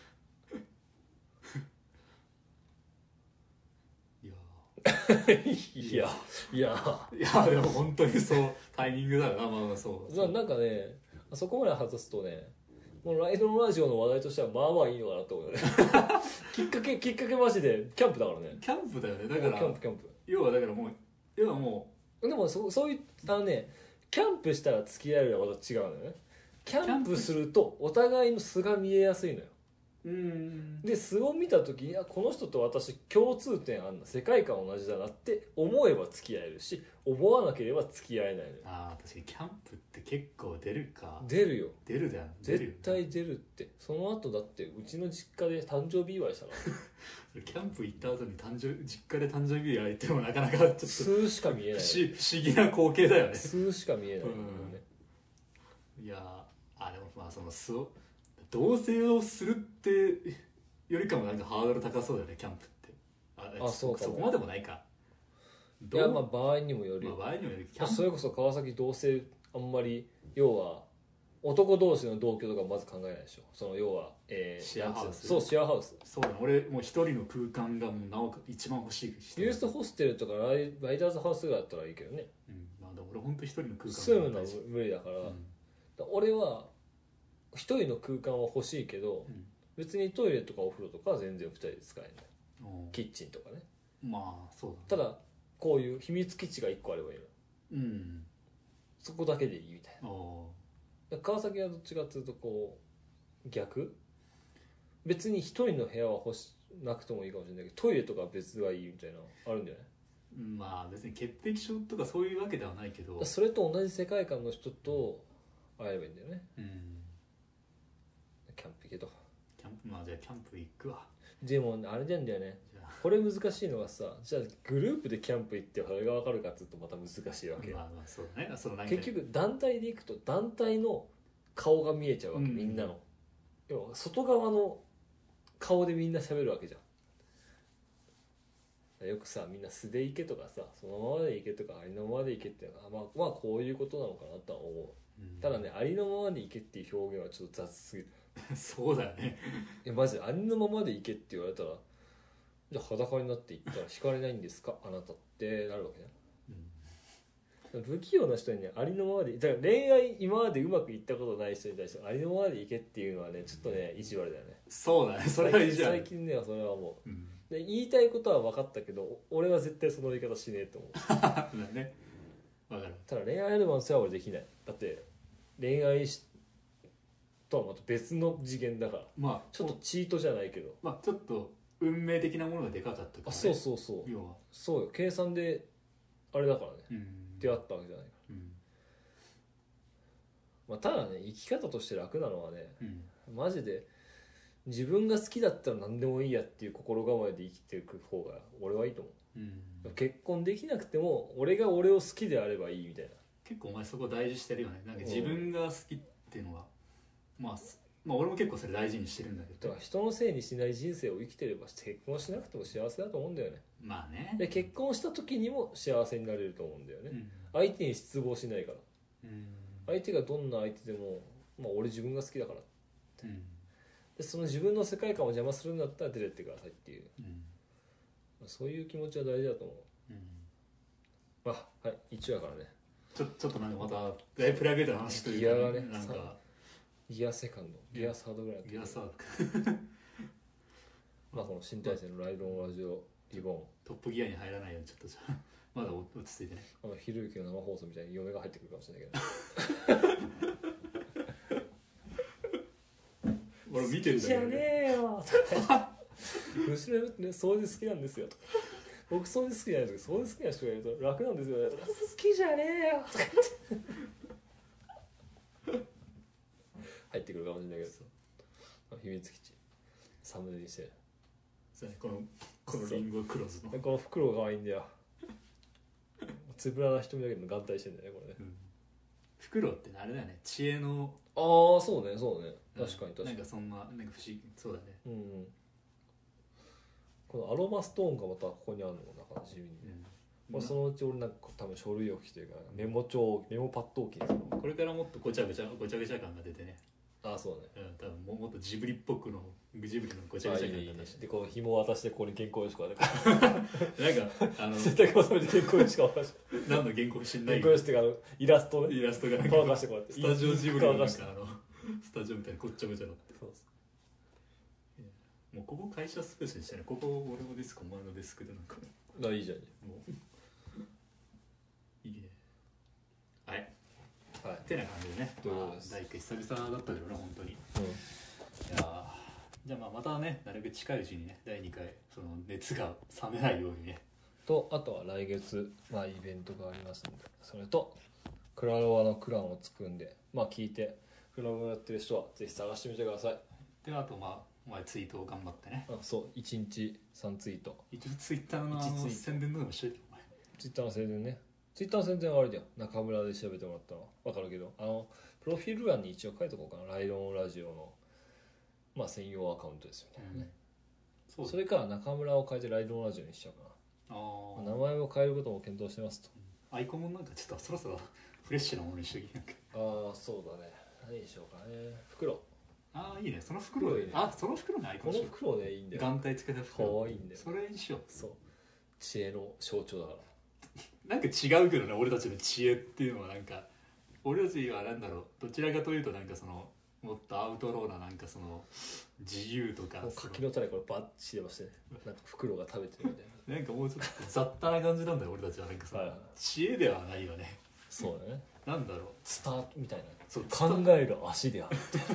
いやでも本当にそうタイミングだよな。まあそうなんかね、そこまで外すとね、このライドのラジオの話題としてはまあまあいいのかなって思うよねきっかけマジでキャンプだからね。 キャンプだよね。だからキャンプ要はもうでもそういったね、キャンプしたら付き合えるのはまた違うのよね。キャンプするとお互いの素が見えやすいのよ。 で素を見た時にこの人と私共通点あんな、世界観同じだなって思えば付き合えるし、思わなければ付き合えないのよ。 ああ確かにキャンプって結構出るか。 出るよ。 出るだよ。 絶対出るって。その後だってうちの実家で誕生日祝いしたらキャンプ行った後に実家で誕生日祝いってもなかなかちょっと数しか見えない、 不思議な光景だよね。 数しか見えない、ね、 いやでもまあその同棲をするってよりかもなんかハードル高そうだよねキャンプって。そうか、そこまでもないか。 いやまあ場合にもよるよ、 場合にもよる。 それこそ川崎同棲あんまり、要は男同士の同居とかまず考えないでしょ。その要は、 シェアハウス。 そうシェアハウス。 そうだね、俺もう一人の空間がもうなお一番欲しい。 ユースホステルとかライダーズハウスぐらいだったらいいけどね。 まあでも俺本当一人の空間住むのは無理だから、俺は一人の空間は欲しいけど、別にトイレとかお風呂とかは全然二人で使えない。キッチンとかね。 まあそうだね。ただこういう秘密基地が1個あればいいの、そこだけでいいみたいな。川崎はどっちかっていうとこう逆、別に一人の部屋はなくてもいいかもしれないけど、トイレとか別はいいみたいなあるんじゃない。 まあ別に潔癖症とかそういうわけではないけど、 それと同じ世界観の人と会えればいいんだよね。キャンプ行けと。 まあじゃあキャンプ行くわ。 でもあれなんだよね、これ難しいのがさ、じゃあグループでキャンプ行ってそれが分かるかっていうとまた難しいわけ。 まあそうだね。 結局団体で行くと団体の顔が見えちゃうわけ、みんなの。要は外側の顔でみんな喋るわけじゃん。よくさみんな素で行けとかさ、そのままで行けとかありのままで行けっていうのはまあこういうことなのかなとは思う、ただね、ありのままで行けっていう表現はちょっと雑すぎるそうだよね。 マジでありのままで行けって言われたら、じゃあ裸になって行ったら惹かれないんですかあなたってなるわけね。不器用な人にね、ありのままで、だから恋愛今までうまくいったことない人に対してありのままでいけっていうのはね、ちょっとね意地悪だよね。 そうだね、それは意地悪。 最近ねはそれはもう、で言いたいことは分かったけど俺は絶対その言い方しねえと思うだね、分かる。 ただ恋愛アルバムすら俺できない。だって恋愛とはまた別の次元だから、まあちょっとチートじゃないけど、 まあちょっと運命的なものがでかかったから、ね、 そう要はそうよ、計算であれだからね、出会ったわけじゃないから、まあ、ただね生き方として楽なのはね、マジで自分が好きだったら何でもいいやっていう心構えで生きていく方が俺はいいと思う、結婚できなくても俺が俺を好きであればいいみたいな。 結構お前そこ大事してるよね。なんか自分が好きっていうのは、まあ俺も結構それ大事にしてるんだけど、 だから人のせいにしない人生を生きてれば結婚しなくても幸せだと思うんだよね。 まあね。 で結婚した時にも幸せになれると思うんだよね、相手に失望しないから、相手がどんな相手でも、まあ、俺自分が好きだからって、でその自分の世界観を邪魔するんだったら出てってくださいっていう、そういう気持ちは大事だと思う、まあはい1話からねちょっとなんかまただいぶプライベートな話というか、 ギアがね、 なんかギアセカンド、ギアサードぐらいギアサードまあこの新体制のライドンラジオリボントップギアに入らないようにちょっとじゃあまだ落ち着いてね、 ひろゆきの生放送みたいに嫁が入ってくるかもしれないけど俺見てるんだけど、 じゃねえよ娘ね掃除好きなんですよとか、僕掃除好きじゃないですけど掃除好きな人がいると楽なんですよねとか、好きじゃねえよとか言って入ってくるかもしれないけど、秘密基地サムネにして、 このリンゴクローズのこの袋が可愛いんだよつぶらな瞳だけど眼帯してんだよねこれね、 袋ってあれだよね、知恵の、 ああそうね確かになんかそんな、なんか不思議、そうだね、このアロマストーンがまたここにあるのなんか地味にね、そのうち俺なんか多分書類置きというかメモパッド置きにする。 これからもっとごちゃごちゃ感が出てね、 そうね、 多分もっとジブリっぽくのジブリのごちゃごちゃ感が出て、 でこの紐を渡してここに原稿用紙とかなんか洗濯を収めて原稿用紙か渡して何の原稿知んない原稿用紙っていうかイラストね、 イラストが乾かしてこうやってスタジオジブリのなんかスタジオみたいにごっちゃごちゃなって、もうここ会社スペースにしたら、ここ俺のデスクお前のデスクでなんかいいじゃんもういいね、はいってな感じでね、第1回久々だったけどな本当に、いやじゃあまたねなるべく近いうちにね第2回その熱が冷めないようにねとあとは来月、イベントがありますんで、それとクラロワのクランを作るんで、聞いてクラロワやってる人はぜひ探してみてください。 であとお前ツイートを頑張ってね。 そう1日3ツイート、 一応ツイッターの宣伝とかもしといてお前。 ツイッターの宣伝ね。ツイッターの宣伝はあれだよ、中村で調べてもらったの分かるけど、プロフィール欄に一応書いとこうかな。ライドンラジオの専用アカウントですみたいなね、それから中村を変えてライドンラジオにしちゃうかな。名前を変えることも検討してますと。 アイコンもなんかちょっとそろそろフレッシュなものにしときなんか。 そうだね、何にしようかね。袋。 いいね、その袋いいね。その袋ね、アイコン。 この袋ね、いいんだよ。 眼帯つけた袋。 かわいいんだよ。 それにしよう。 そう、知恵の象徴だから。 なんか違うけどね、俺たちの知恵っていうのはなんか俺たちはなんだろう、どちらかというとなんかそのもっとアウトローななんかその自由とか柿の種これバッチリ出ましてね、なんか袋が食べてるみたいななんかもうちょっと雑多な感じなんだよ俺たちは。なんかさ、知恵ではないよね。 そうだね、 なんだろう、 スタートみたいな。 そう、 考える足である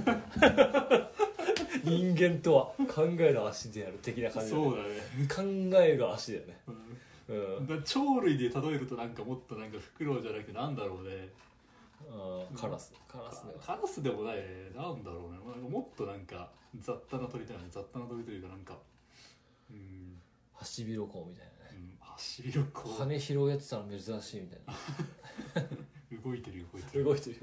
人間とは考える足である的な感じだね。 そうだね、 考える足だよね。 だ鳥類で例えるとなんかもっとなんかフクロウじゃなくてなんだろうね、 カラスでもないね。なんだろうね、なんかもっとなんか雑多な鳥だよね。雑多な鳥というかなんかハシビロコウみたいなね、 ハシビロコウ羽広げてたら珍しいみたいな動いてる動いてる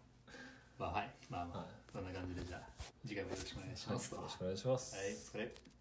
はい、そんな感じでじゃあ次回もよろしくお願いします。 よろしくお願いします。 はい、お疲れ。